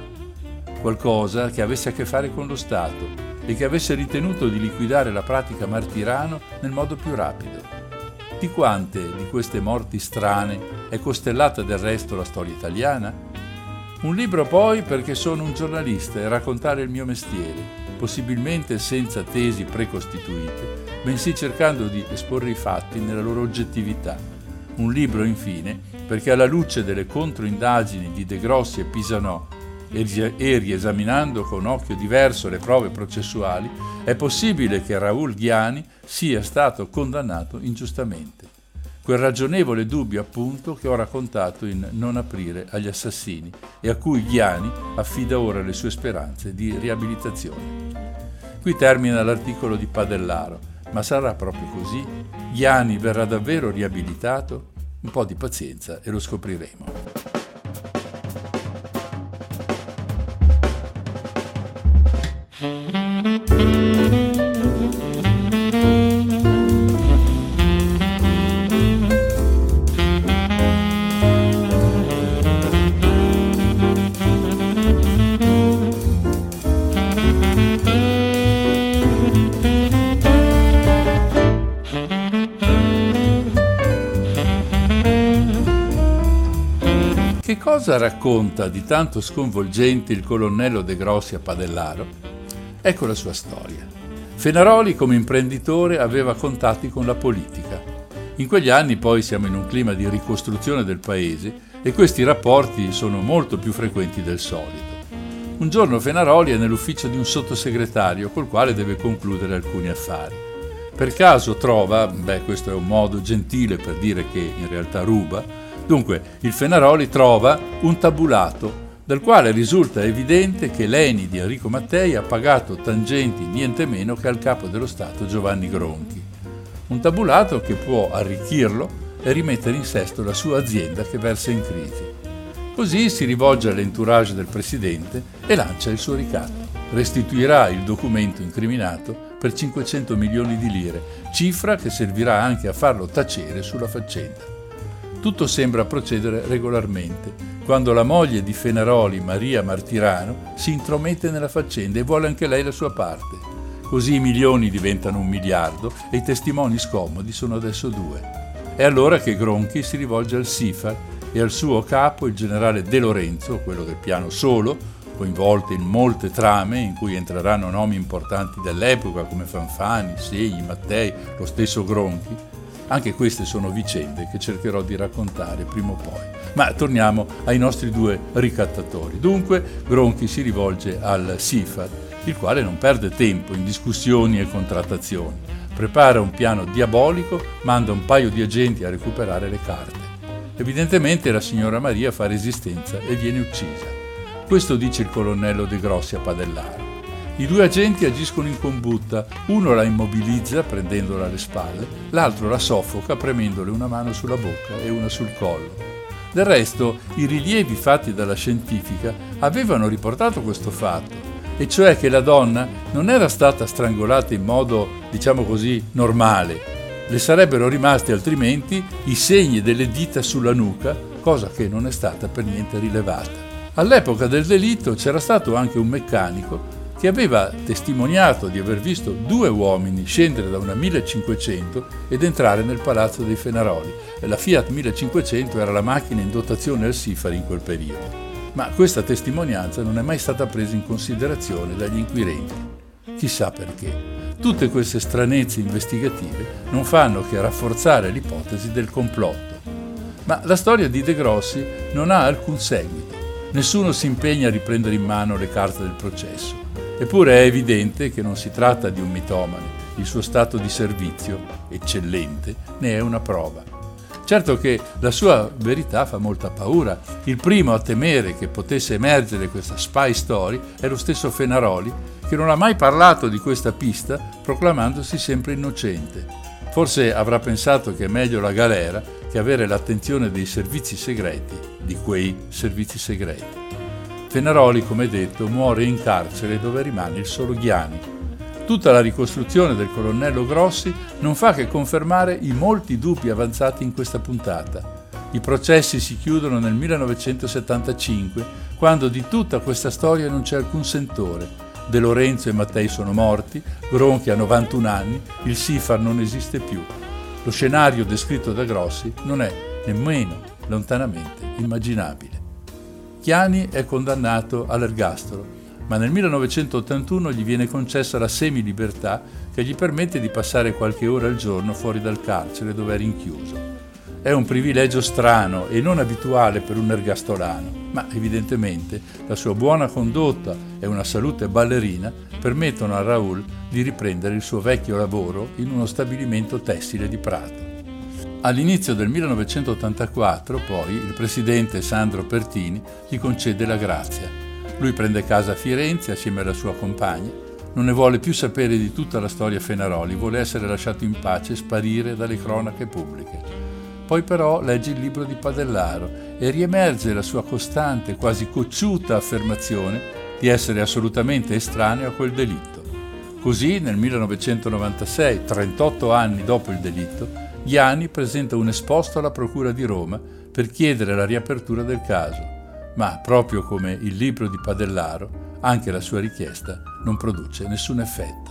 qualcosa che avesse a che fare con lo Stato e che avesse ritenuto di liquidare la pratica Martirano nel modo più rapido. Di quante di queste morti strane è costellata del resto la storia italiana? Un libro poi perché sono un giornalista e raccontare il mio mestiere, possibilmente senza tesi precostituite, bensì cercando di esporre i fatti nella loro oggettività. Un libro, infine, perché alla luce delle controindagini di De Grossi e Pisanò e riesaminando con occhio diverso le prove processuali, è possibile che Raoul Ghiani sia stato condannato ingiustamente. Quel ragionevole dubbio, appunto, che ho raccontato in Non aprire agli assassini e a cui Ghiani affida ora le sue speranze di riabilitazione. Qui termina l'articolo di Padellaro, ma sarà proprio così? Ghiani verrà davvero riabilitato? Un po' di pazienza e lo scopriremo. Che cosa racconta di tanto sconvolgente il colonnello De Grossi a Padellaro? Ecco la sua storia. Fenaroli, come imprenditore, aveva contatti con la politica. In quegli anni poi siamo in un clima di ricostruzione del paese e questi rapporti sono molto più frequenti del solito. Un giorno Fenaroli è nell'ufficio di un sottosegretario col quale deve concludere alcuni affari. Per caso trova, beh questo è un modo gentile per dire che in realtà ruba, dunque, il Fenaroli trova un tabulato dal quale risulta evidente che l'Eni di Enrico Mattei ha pagato tangenti niente meno che al capo dello Stato Giovanni Gronchi. Un tabulato che può arricchirlo e rimettere in sesto la sua azienda che versa in crisi. Così si rivolge all'entourage del presidente e lancia il suo ricatto. Restituirà il documento incriminato per cinquecento milioni di lire, cifra che servirà anche a farlo tacere sulla faccenda. Tutto sembra procedere regolarmente, quando la moglie di Fenaroli, Maria Martirano, si intromette nella faccenda e vuole anche lei la sua parte. Così i milioni diventano un miliardo e i testimoni scomodi sono adesso due. È allora che Gronchi si rivolge al SIFAR e al suo capo, il generale De Lorenzo, quello del piano solo, coinvolto in molte trame in cui entreranno nomi importanti dell'epoca come Fanfani, Segni, Mattei, lo stesso Gronchi, Anche queste sono vicende che cercherò di raccontare prima o poi. Ma torniamo ai nostri due ricattatori. Dunque, Gronchi si rivolge al Sifar, il quale non perde tempo in discussioni e contrattazioni. Prepara un piano diabolico, manda un paio di agenti a recuperare le carte. Evidentemente la signora Maria fa resistenza e viene uccisa. Questo dice il colonnello De Grossi a Padellaro. I due agenti agiscono in combutta, uno la immobilizza prendendola alle spalle, l'altro la soffoca premendole una mano sulla bocca e una sul collo. Del resto, i rilievi fatti dalla scientifica avevano riportato questo fatto, e cioè che la donna non era stata strangolata in modo, diciamo così, normale. Le sarebbero rimasti altrimenti i segni delle dita sulla nuca, cosa che non è stata per niente rilevata. All'epoca del delitto c'era stato anche un meccanico che aveva testimoniato di aver visto due uomini scendere da una millecinquecento ed entrare nel palazzo dei Fenaroli. E la Fiat millecinquecento era la macchina in dotazione al Sifar in quel periodo. Ma questa testimonianza non è mai stata presa in considerazione dagli inquirenti. Chissà perché. Tutte queste stranezze investigative non fanno che rafforzare l'ipotesi del complotto. Ma la storia di De Grossi non ha alcun seguito. Nessuno si impegna a riprendere in mano le carte del processo. Eppure è evidente che non si tratta di un mitomane. Il suo stato di servizio, eccellente, ne è una prova. Certo che la sua verità fa molta paura. Il primo a temere che potesse emergere questa spy story è lo stesso Fenaroli, che non ha mai parlato di questa pista, proclamandosi sempre innocente. Forse avrà pensato che è meglio la galera che avere l'attenzione dei servizi segreti, di quei servizi segreti. Fenaroli, come detto, muore in carcere dove rimane il solo Ghiani. Tutta la ricostruzione del colonnello Grossi non fa che confermare i molti dubbi avanzati in questa puntata. I processi si chiudono nel millenovecentosettantacinque, quando di tutta questa storia non c'è alcun sentore. De Lorenzo e Mattei sono morti, Gronchi ha novantuno anni, il Sifar non esiste più. Lo scenario descritto da Grossi non è nemmeno lontanamente immaginabile. Chiani è condannato all'ergastolo, ma nel millenovecentottantuno gli viene concessa la semilibertà che gli permette di passare qualche ora al giorno fuori dal carcere dove è rinchiuso. È un privilegio strano e non abituale per un ergastolano, ma evidentemente la sua buona condotta e una salute ballerina permettono a Raoul di riprendere il suo vecchio lavoro in uno stabilimento tessile di Prato. All'inizio del millenovecentottantaquattro, poi, il presidente Sandro Pertini gli concede la grazia. Lui prende casa a Firenze assieme alla sua compagna, non ne vuole più sapere di tutta la storia Fenaroli, vuole essere lasciato in pace e sparire dalle cronache pubbliche. Poi però legge il libro di Padellaro e riemerge la sua costante, quasi cocciuta affermazione di essere assolutamente estraneo a quel delitto. Così, nel millenovecentonovantasei, trentotto anni dopo il delitto, Ghiani presenta un esposto alla Procura di Roma per chiedere la riapertura del caso, ma proprio come il libro di Padellaro, anche la sua richiesta non produce nessun effetto.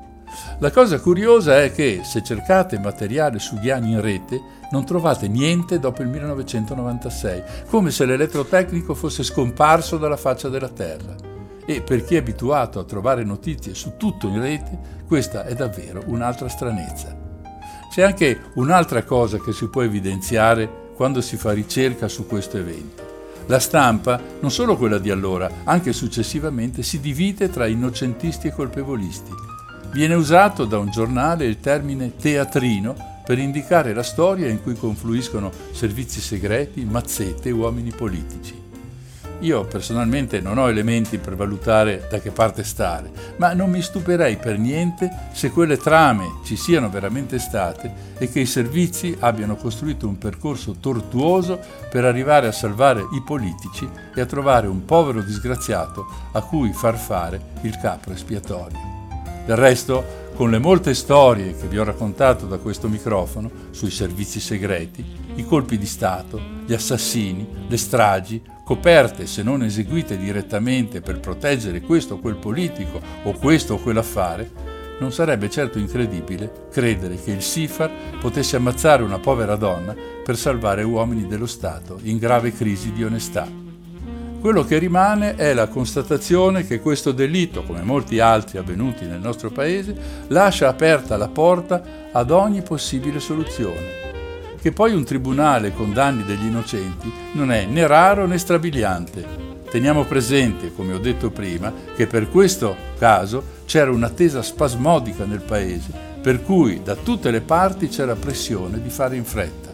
La cosa curiosa è che, se cercate materiale su Ghiani in rete, non trovate niente dopo il millenovecentonovantasei, come se l'elettrotecnico fosse scomparso dalla faccia della terra. E per chi è abituato a trovare notizie su tutto in rete, questa è davvero un'altra stranezza. C'è anche un'altra cosa che si può evidenziare quando si fa ricerca su questo evento. La stampa, non solo quella di allora, anche successivamente, si divide tra innocentisti e colpevolisti. Viene usato da un giornale il termine teatrino per indicare la storia in cui confluiscono servizi segreti, mazzette e uomini politici. Io personalmente non ho elementi per valutare da che parte stare, ma non mi stupirei per niente se quelle trame ci siano veramente state e che i servizi abbiano costruito un percorso tortuoso per arrivare a salvare i politici e a trovare un povero disgraziato a cui far fare il capro espiatorio. Del resto, con le molte storie che vi ho raccontato da questo microfono sui servizi segreti, i colpi di Stato, gli assassini, le stragi, coperte se non eseguite direttamente per proteggere questo o quel politico o questo o quell'affare, non sarebbe certo incredibile credere che il Sifar potesse ammazzare una povera donna per salvare uomini dello Stato in grave crisi di onestà. Quello che rimane è la constatazione che questo delitto, come molti altri avvenuti nel nostro paese, lascia aperta la porta ad ogni possibile soluzione. Che poi un tribunale condanni degli innocenti non è né raro né strabiliante. Teniamo presente, come ho detto prima, che per questo caso c'era un'attesa spasmodica nel paese, per cui da tutte le parti c'era pressione di fare in fretta.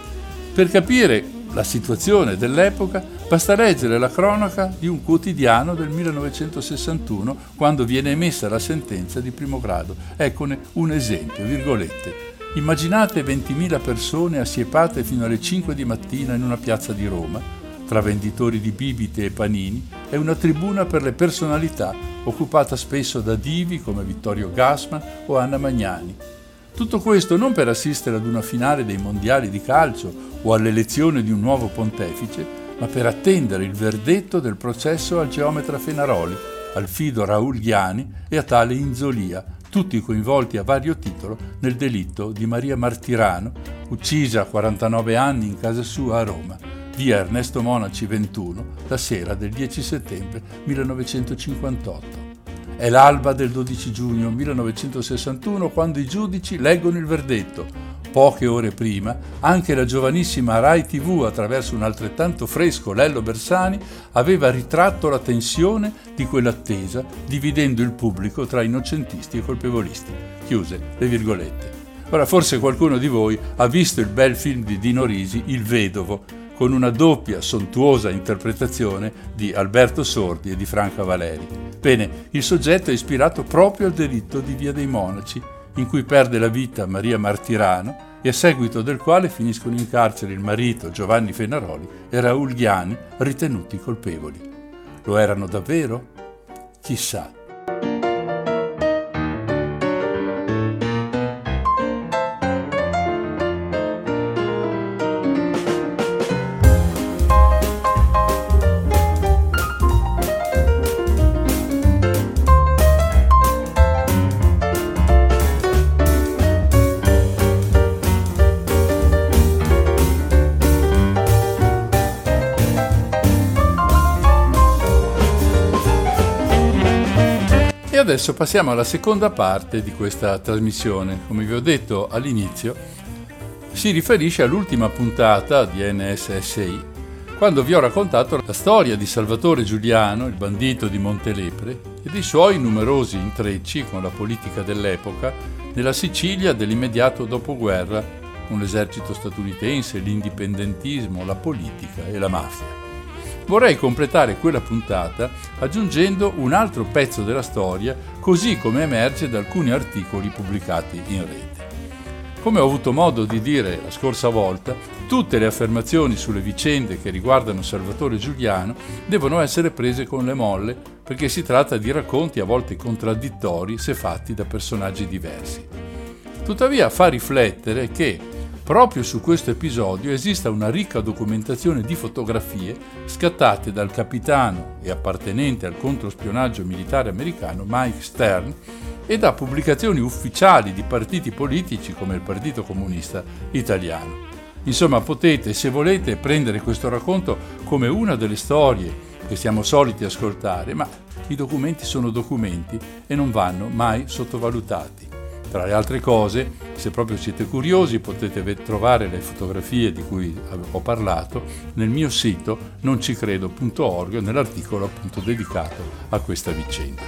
Per capire la situazione dell'epoca basta leggere la cronaca di un quotidiano del millenovecentosessantuno, quando viene emessa la sentenza di primo grado. Eccone un esempio, virgolette. Immaginate ventimila persone assiepate fino alle cinque di mattina in una piazza di Roma, tra venditori di bibite e panini, e una tribuna per le personalità, occupata spesso da divi come Vittorio Gassman o Anna Magnani. Tutto questo non per assistere ad una finale dei mondiali di calcio o all'elezione di un nuovo pontefice, ma per attendere il verdetto del processo al geometra Fenaroli, al fido Raul Ghiani e a tale Inzolia, tutti coinvolti a vario titolo nel delitto di Maria Martirano, uccisa a quarantanove anni in casa sua a Roma, via Ernesto Monaci ventuno, la sera del dieci settembre millenovecentocinquantotto. È l'alba del dodici giugno millenovecentosessantuno quando i giudici leggono il verdetto. Poche ore prima, anche la giovanissima Rai tivù, attraverso un altrettanto fresco Lello Bersani, aveva ritratto la tensione di quell'attesa, dividendo il pubblico tra innocentisti e colpevolisti. Chiuse le virgolette. Ora, forse qualcuno di voi ha visto il bel film di Dino Risi, Il Vedovo, con una doppia sontuosa interpretazione di Alberto Sordi e di Franca Valeri. Bene, il soggetto è ispirato proprio al delitto di Via dei Monaci, in cui perde la vita Maria Martirano e a seguito del quale finiscono in carcere il marito Giovanni Fenaroli e Raul Ghiani, ritenuti colpevoli. Lo erano davvero? Chissà. E adesso passiamo alla seconda parte di questa trasmissione. Come vi ho detto all'inizio, si riferisce all'ultima puntata di N S S I, quando vi ho raccontato la storia di Salvatore Giuliano, il bandito di Montelepre, e dei suoi numerosi intrecci con la politica dell'epoca nella Sicilia dell'immediato dopoguerra, con l'esercito statunitense, l'indipendentismo, la politica e la mafia. Vorrei completare quella puntata aggiungendo un altro pezzo della storia, così come emerge da alcuni articoli pubblicati in rete. Come ho avuto modo di dire la scorsa volta, tutte le affermazioni sulle vicende che riguardano Salvatore Giuliano devono essere prese con le molle, perché si tratta di racconti a volte contraddittori se fatti da personaggi diversi. Tuttavia fa riflettere che proprio su questo episodio esista una ricca documentazione di fotografie scattate dal capitano e appartenente al controspionaggio militare americano Mike Stern e da pubblicazioni ufficiali di partiti politici come il Partito Comunista Italiano. Insomma, potete, se volete, prendere questo racconto come una delle storie che siamo soliti ascoltare, ma i documenti sono documenti e non vanno mai sottovalutati. Tra le altre cose, se proprio siete curiosi, potete trovare le fotografie di cui ho parlato nel mio sito non ci credo punto org, nell'articolo appunto dedicato a questa vicenda.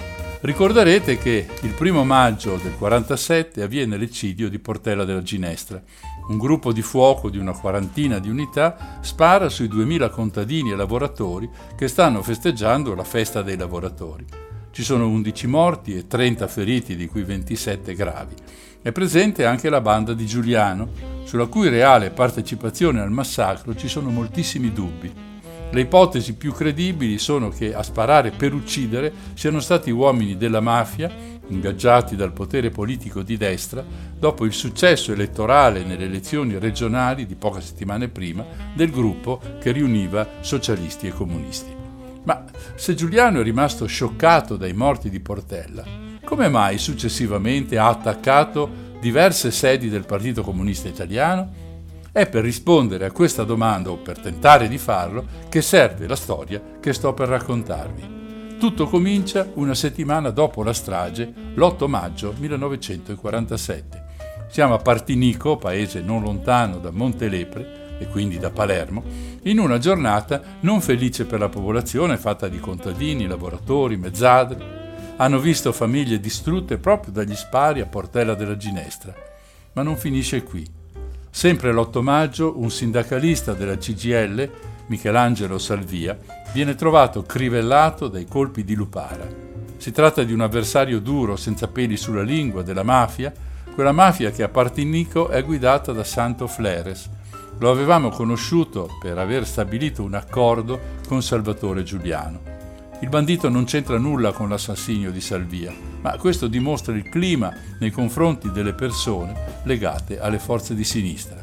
Ricorderete che il primo maggio del quarantasette avviene l'eccidio di Portella della Ginestra. Un gruppo di fuoco di una quarantina di unità spara sui duemila contadini e lavoratori che stanno festeggiando la festa dei lavoratori. Ci sono undici morti e trenta feriti, di cui ventisette gravi. È presente anche la banda di Giuliano, sulla cui reale partecipazione al massacro ci sono moltissimi dubbi. Le ipotesi più credibili sono che a sparare per uccidere siano stati uomini della mafia, ingaggiati dal potere politico di destra, dopo il successo elettorale nelle elezioni regionali di poche settimane prima del gruppo che riuniva socialisti e comunisti. Ma se Giuliano è rimasto scioccato dai morti di Portella, come mai successivamente ha attaccato diverse sedi del Partito Comunista Italiano? È per rispondere a questa domanda, o per tentare di farlo, che serve la storia che sto per raccontarvi. Tutto comincia una settimana dopo la strage, l'otto maggio millenovecentoquarantasette. Siamo a Partinico, paese non lontano da Montelepre, e quindi da Palermo, in una giornata non felice per la popolazione, fatta di contadini, lavoratori, mezzadri. Hanno visto famiglie distrutte proprio dagli spari a Portella della Ginestra. Ma non finisce qui. Sempre l'otto maggio un sindacalista della C G I L, Michelangelo Salvia, viene trovato crivellato dai colpi di lupara. Si tratta di un avversario duro, senza peli sulla lingua, della mafia, quella mafia che a Partinico è guidata da Santo Fleres. Lo avevamo conosciuto per aver stabilito un accordo con Salvatore Giuliano. Il bandito non c'entra nulla con l'assassinio di Salvia, ma questo dimostra il clima nei confronti delle persone legate alle forze di sinistra.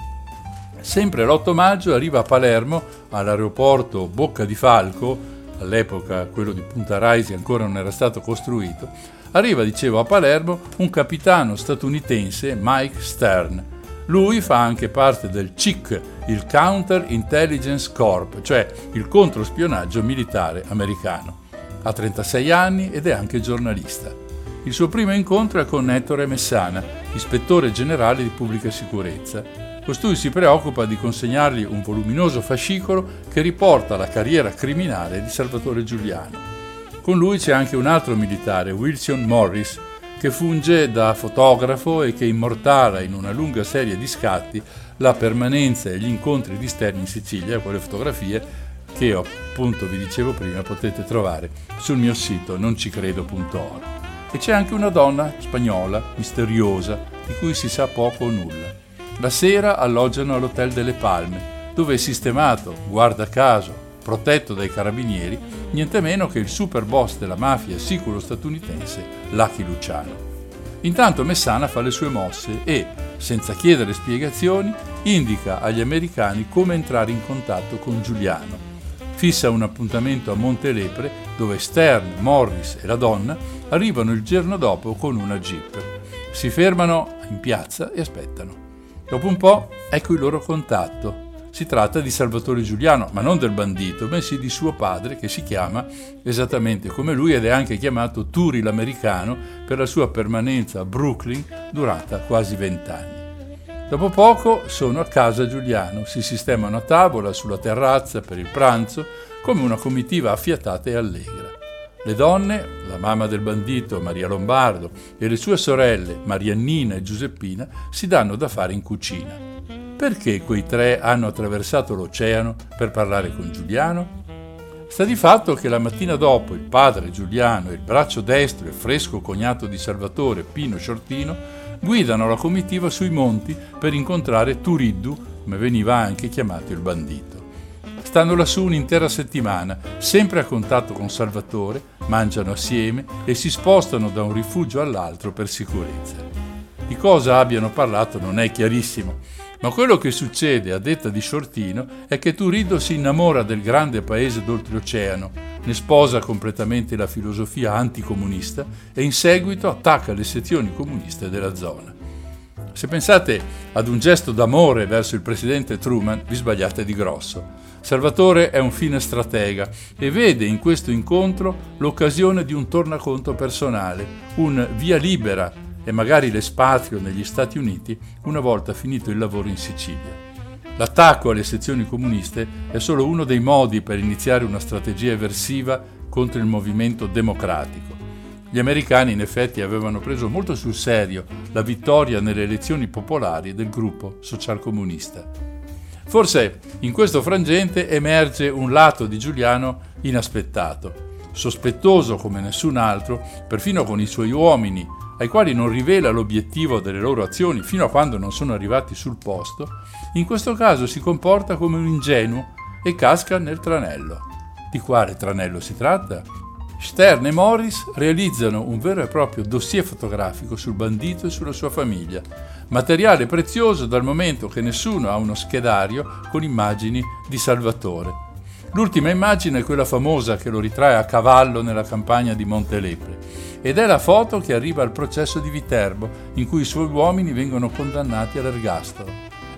Sempre l'otto maggio arriva a Palermo, all'aeroporto Bocca di Falco, all'epoca quello di Punta Raisi ancora non era stato costruito, arriva, dicevo, a Palermo un capitano statunitense, Mike Stern. Lui fa anche parte del C I C, il Counter Intelligence Corp, cioè il controspionaggio militare americano. Ha trentasei anni ed è anche giornalista. Il suo primo incontro è con Ettore Messana, ispettore generale di pubblica sicurezza. Costui si preoccupa di consegnargli un voluminoso fascicolo che riporta la carriera criminale di Salvatore Giuliano. Con lui c'è anche un altro militare, Wilson Morris, che funge da fotografo e che immortala in una lunga serie di scatti la permanenza e gli incontri di Stern in Sicilia, quelle fotografie che appunto vi dicevo prima potete trovare sul mio sito noncicredo punto org. E c'è anche una donna spagnola, misteriosa, di cui si sa poco o nulla. La sera alloggiano all'Hotel delle Palme, dove è sistemato, guarda caso, protetto dai carabinieri, niente meno che il super boss della mafia siculo-statunitense, Lucky Luciano. Intanto Messana fa le sue mosse e, senza chiedere spiegazioni, indica agli americani come entrare in contatto con Giuliano. Fissa un appuntamento a Montelepre, dove Stern, Morris e la donna arrivano il giorno dopo con una jeep. Si fermano in piazza e aspettano. Dopo un po' ecco il loro contatto. Si tratta di Salvatore Giuliano, ma non del bandito, bensì di suo padre, che si chiama esattamente come lui ed è anche chiamato Turi l'americano per la sua permanenza a Brooklyn durata quasi vent'anni. Dopo poco sono a casa Giuliano, si sistemano a tavola sulla terrazza per il pranzo come una comitiva affiatata e allegra. Le donne, la mamma del bandito Maria Lombardo e le sue sorelle Mariannina e Giuseppina si danno da fare in cucina. Perché quei tre hanno attraversato l'oceano per parlare con Giuliano? Sta di fatto che la mattina dopo il padre Giuliano e il braccio destro e fresco cognato di Salvatore, Pino Shortino, guidano la comitiva sui monti per incontrare Turiddu, come veniva anche chiamato il bandito. Stanno lassù un'intera settimana, sempre a contatto con Salvatore, mangiano assieme e si spostano da un rifugio all'altro per sicurezza. Di cosa abbiano parlato non è chiarissimo, ma quello che succede, a detta di Shortino, è che Turiddu si innamora del grande paese d'oltreoceano, ne sposa completamente la filosofia anticomunista e in seguito attacca le sezioni comuniste della zona. Se pensate ad un gesto d'amore verso il presidente Truman, vi sbagliate di grosso. Salvatore è un fine stratega e vede in questo incontro l'occasione di un tornaconto personale, un via libera e magari l'espatrio negli Stati Uniti una volta finito il lavoro in Sicilia. L'attacco alle sezioni comuniste è solo uno dei modi per iniziare una strategia eversiva contro il movimento democratico. Gli americani in effetti avevano preso molto sul serio la vittoria nelle elezioni popolari del gruppo socialcomunista. Forse in questo frangente emerge un lato di Giuliano inaspettato, sospettoso come nessun altro, perfino con i suoi uomini, ai quali non rivela l'obiettivo delle loro azioni fino a quando non sono arrivati sul posto. In questo caso si comporta come un ingenuo e casca nel tranello. Di quale tranello si tratta? Stern e Morris realizzano un vero e proprio dossier fotografico sul bandito e sulla sua famiglia, materiale prezioso dal momento che nessuno ha uno schedario con immagini di Salvatore. L'ultima immagine è quella famosa che lo ritrae a cavallo nella campagna di Montelepre ed è la foto che arriva al processo di Viterbo in cui i suoi uomini vengono condannati all'ergastolo.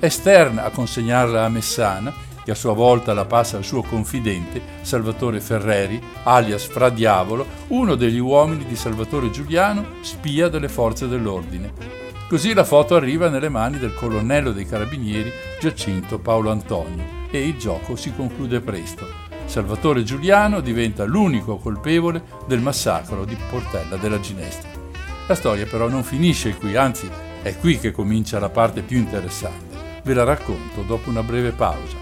È Stern a consegnarla a Messana, che a sua volta la passa al suo confidente Salvatore Ferreri, alias Fra Diavolo, uno degli uomini di Salvatore Giuliano, spia delle forze dell'ordine. Così la foto arriva nelle mani del colonnello dei carabinieri Giacinto Paolo Antonio e il gioco si conclude presto. Salvatore Giuliano diventa l'unico colpevole del massacro di Portella della Ginestra. La storia però non finisce qui, anzi è qui che comincia la parte più interessante. Ve la racconto dopo una breve pausa.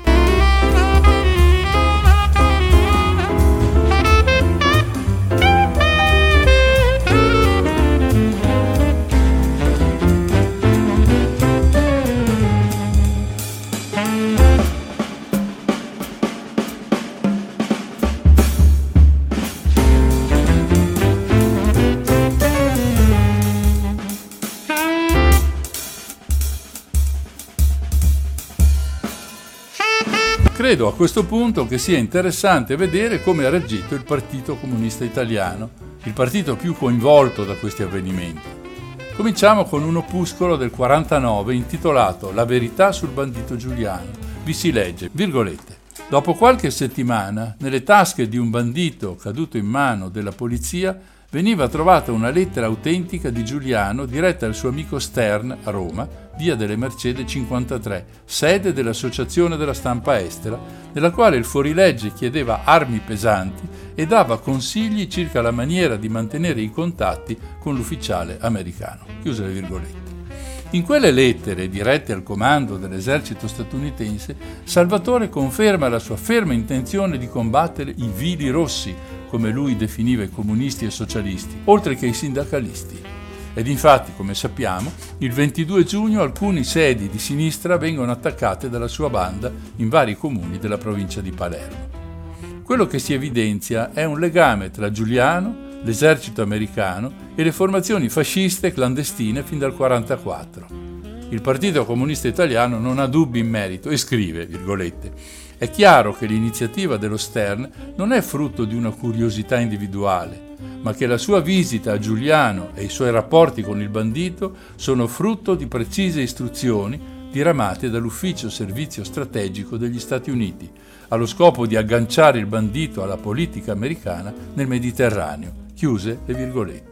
Credo a questo punto che sia interessante vedere come ha reagito il Partito Comunista Italiano, il partito più coinvolto da questi avvenimenti. Cominciamo con un opuscolo del quarantanove intitolato La verità sul bandito Giuliano. Vi si legge, virgolette, dopo qualche settimana, nelle tasche di un bandito caduto in mano della polizia, veniva trovata una lettera autentica di Giuliano diretta al suo amico Stern a Roma, via delle Mercede cinquantatré, sede dell'Associazione della Stampa Estera, nella quale il fuorilegge chiedeva armi pesanti e dava consigli circa la maniera di mantenere i contatti con l'ufficiale americano. Chiuse le virgolette. In quelle lettere, dirette al comando dell'esercito statunitense, Salvatore conferma la sua ferma intenzione di combattere i vili rossi, come lui definiva i comunisti e socialisti, oltre che i sindacalisti. Ed infatti, come sappiamo, il ventidue giugno alcune sedi di sinistra vengono attaccate dalla sua banda in vari comuni della provincia di Palermo. Quello che si evidenzia è un legame tra Giuliano, l'esercito americano e le formazioni fasciste clandestine fin dal quarantaquattro. Il Partito Comunista Italiano non ha dubbi in merito e scrive, virgolette, è chiaro che l'iniziativa dello Stern non è frutto di una curiosità individuale, ma che la sua visita a Giuliano e i suoi rapporti con il bandito sono frutto di precise istruzioni diramate dall'Ufficio Servizio Strategico degli Stati Uniti, allo scopo di agganciare il bandito alla politica americana nel Mediterraneo. Chiuse le virgolette.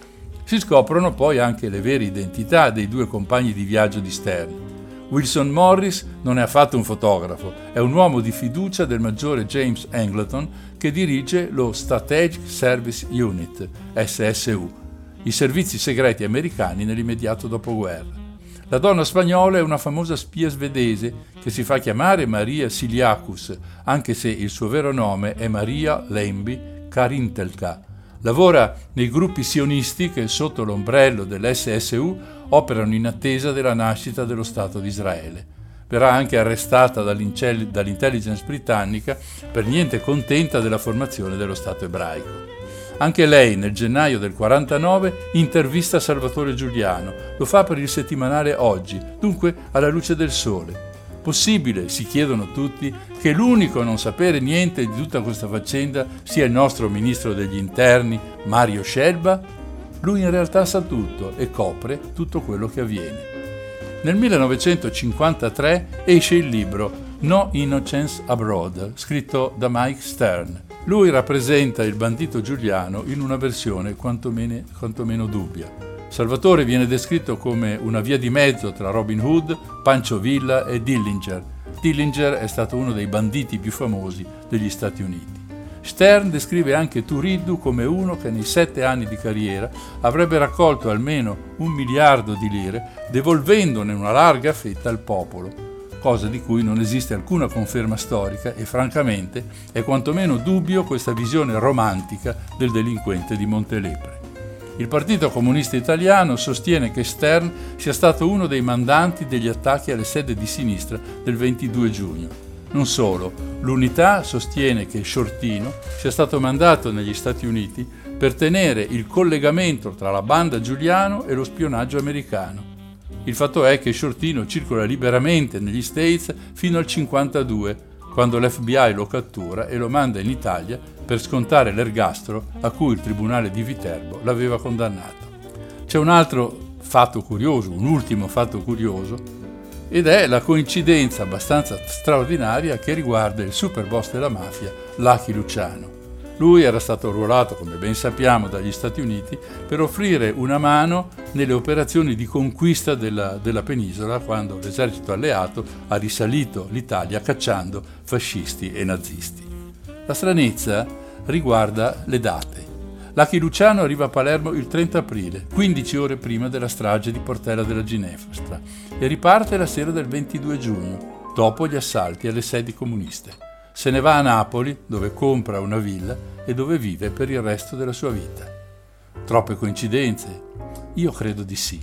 Si scoprono poi anche le vere identità dei due compagni di viaggio di Stern. Wilson Morris non è affatto un fotografo, è un uomo di fiducia del maggiore James Angleton che dirige lo Strategic Service Unit, S S U, i servizi segreti americani nell'immediato dopoguerra. La donna spagnola è una famosa spia svedese che si fa chiamare Maria Siliacus, anche se il suo vero nome è Maria Lemby Karintelka. Lavora nei gruppi sionisti che sotto l'ombrello dell'S S U operano in attesa della nascita dello Stato di Israele. Verrà anche arrestata dall'intelligence britannica, per niente contenta della formazione dello Stato ebraico. Anche lei nel gennaio del quarantanove intervista Salvatore Giuliano, lo fa per il settimanale Oggi, dunque alla luce del sole. Possibile, si chiedono tutti, che l'unico a non sapere niente di tutta questa faccenda sia il nostro ministro degli interni, Mario Scelba? Lui in realtà sa tutto e copre tutto quello che avviene. Nel millenovecentocinquantatré esce il libro No Innocence Abroad, scritto da Mike Stern. Lui rappresenta il bandito Giuliano in una versione quantomeno, quantomeno dubbia. Salvatore viene descritto come una via di mezzo tra Robin Hood, Pancho Villa e Dillinger. Dillinger è stato uno dei banditi più famosi degli Stati Uniti. Stern descrive anche Turiddu come uno che nei sette anni di carriera avrebbe raccolto almeno un miliardo di lire, devolvendone una larga fetta al popolo, cosa di cui non esiste alcuna conferma storica e francamente è quantomeno dubbio questa visione romantica del delinquente di Montelepre. Il Partito Comunista Italiano sostiene che Stern sia stato uno dei mandanti degli attacchi alle sedi di sinistra del ventidue giugno. Non solo, l'Unità sostiene che Shortino sia stato mandato negli Stati Uniti per tenere il collegamento tra la banda Giuliano e lo spionaggio americano. Il fatto è che Shortino circola liberamente negli States fino al cinquantadue, quando l'F B I lo cattura e lo manda in Italia per scontare l'ergastolo a cui il Tribunale di Viterbo l'aveva condannato. C'è un altro fatto curioso, un ultimo fatto curioso. ed è la coincidenza abbastanza straordinaria che riguarda il super boss della mafia, Lucky Luciano. Lui era stato arruolato, come ben sappiamo, dagli Stati Uniti per offrire una mano nelle operazioni di conquista della, della penisola quando l'esercito alleato ha risalito l'Italia cacciando fascisti e nazisti. La stranezza riguarda le date. Lucky Luciano arriva a Palermo il trenta aprile, quindici ore prima della strage di Portella della Ginestra, e riparte la sera del ventidue giugno, dopo gli assalti alle sedi comuniste. Se ne va a Napoli, dove compra una villa e dove vive per il resto della sua vita. Troppe coincidenze? Io credo di sì.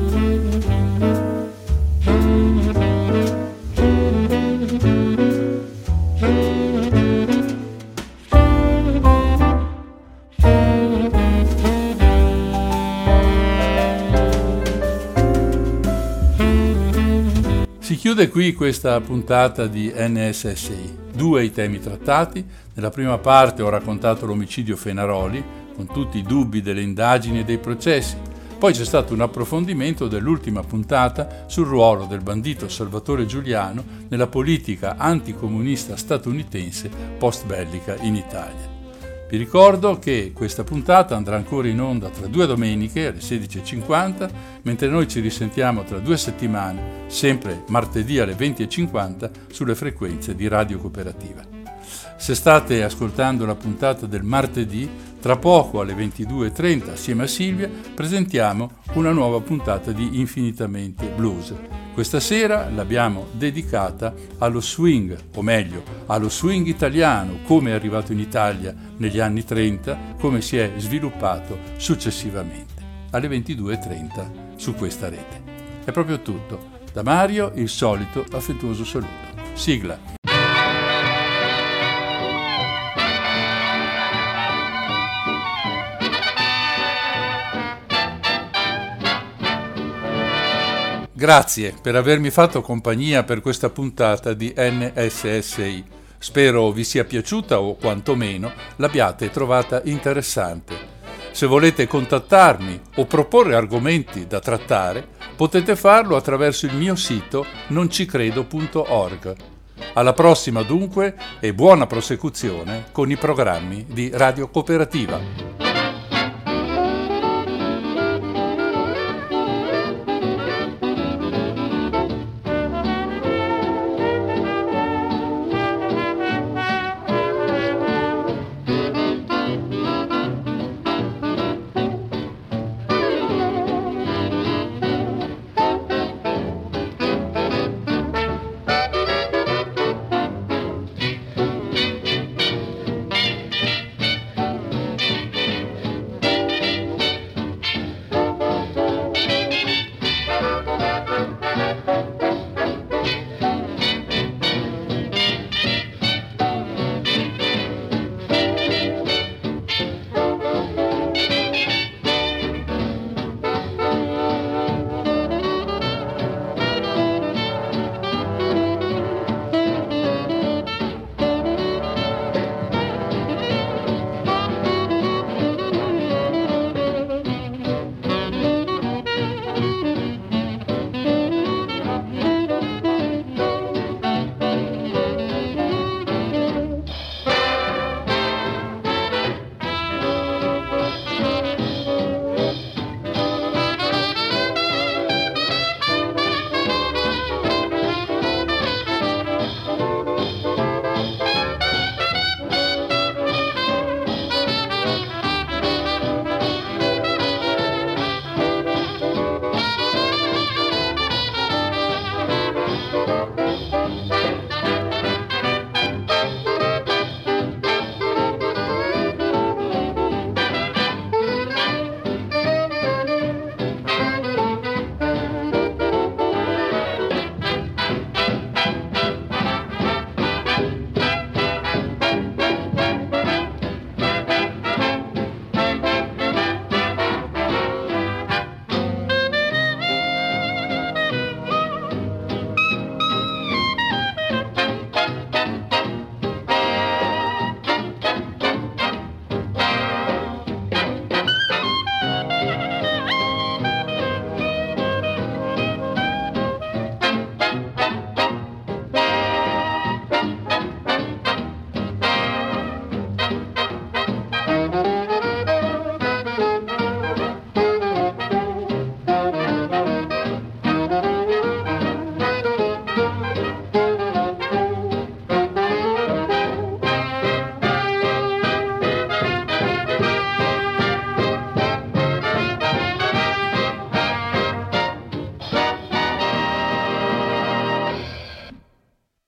Si chiude qui questa puntata di N S S I. Due i temi trattati. Nella prima parte ho raccontato l'omicidio Fenaroli, con tutti i dubbi delle indagini e dei processi. Poi c'è stato un approfondimento dell'ultima puntata sul ruolo del bandito Salvatore Giuliano nella politica anticomunista statunitense post-bellica in Italia. Vi ricordo che questa puntata andrà ancora in onda tra due domeniche alle sedici e cinquanta, mentre noi ci risentiamo tra due settimane, sempre martedì alle venti e cinquanta, sulle frequenze di Radio Cooperativa. Se state ascoltando la puntata del martedì, tra poco alle ventidue e trenta, assieme a Silvia, presentiamo una nuova puntata di Infinitamente Blues. Questa sera l'abbiamo dedicata allo swing, o meglio, allo swing italiano, come è arrivato in Italia negli anni trenta, come si è sviluppato successivamente, alle ventidue e trenta su questa rete. È proprio tutto. Da Mario il solito affettuoso saluto. Sigla. Grazie per avermi fatto compagnia per questa puntata di N S S I. Spero vi sia piaciuta o quantomeno l'abbiate trovata interessante. Se volete contattarmi o proporre argomenti da trattare, potete farlo attraverso il mio sito noncicredo punto org. Alla prossima dunque e buona prosecuzione con i programmi di Radio Cooperativa.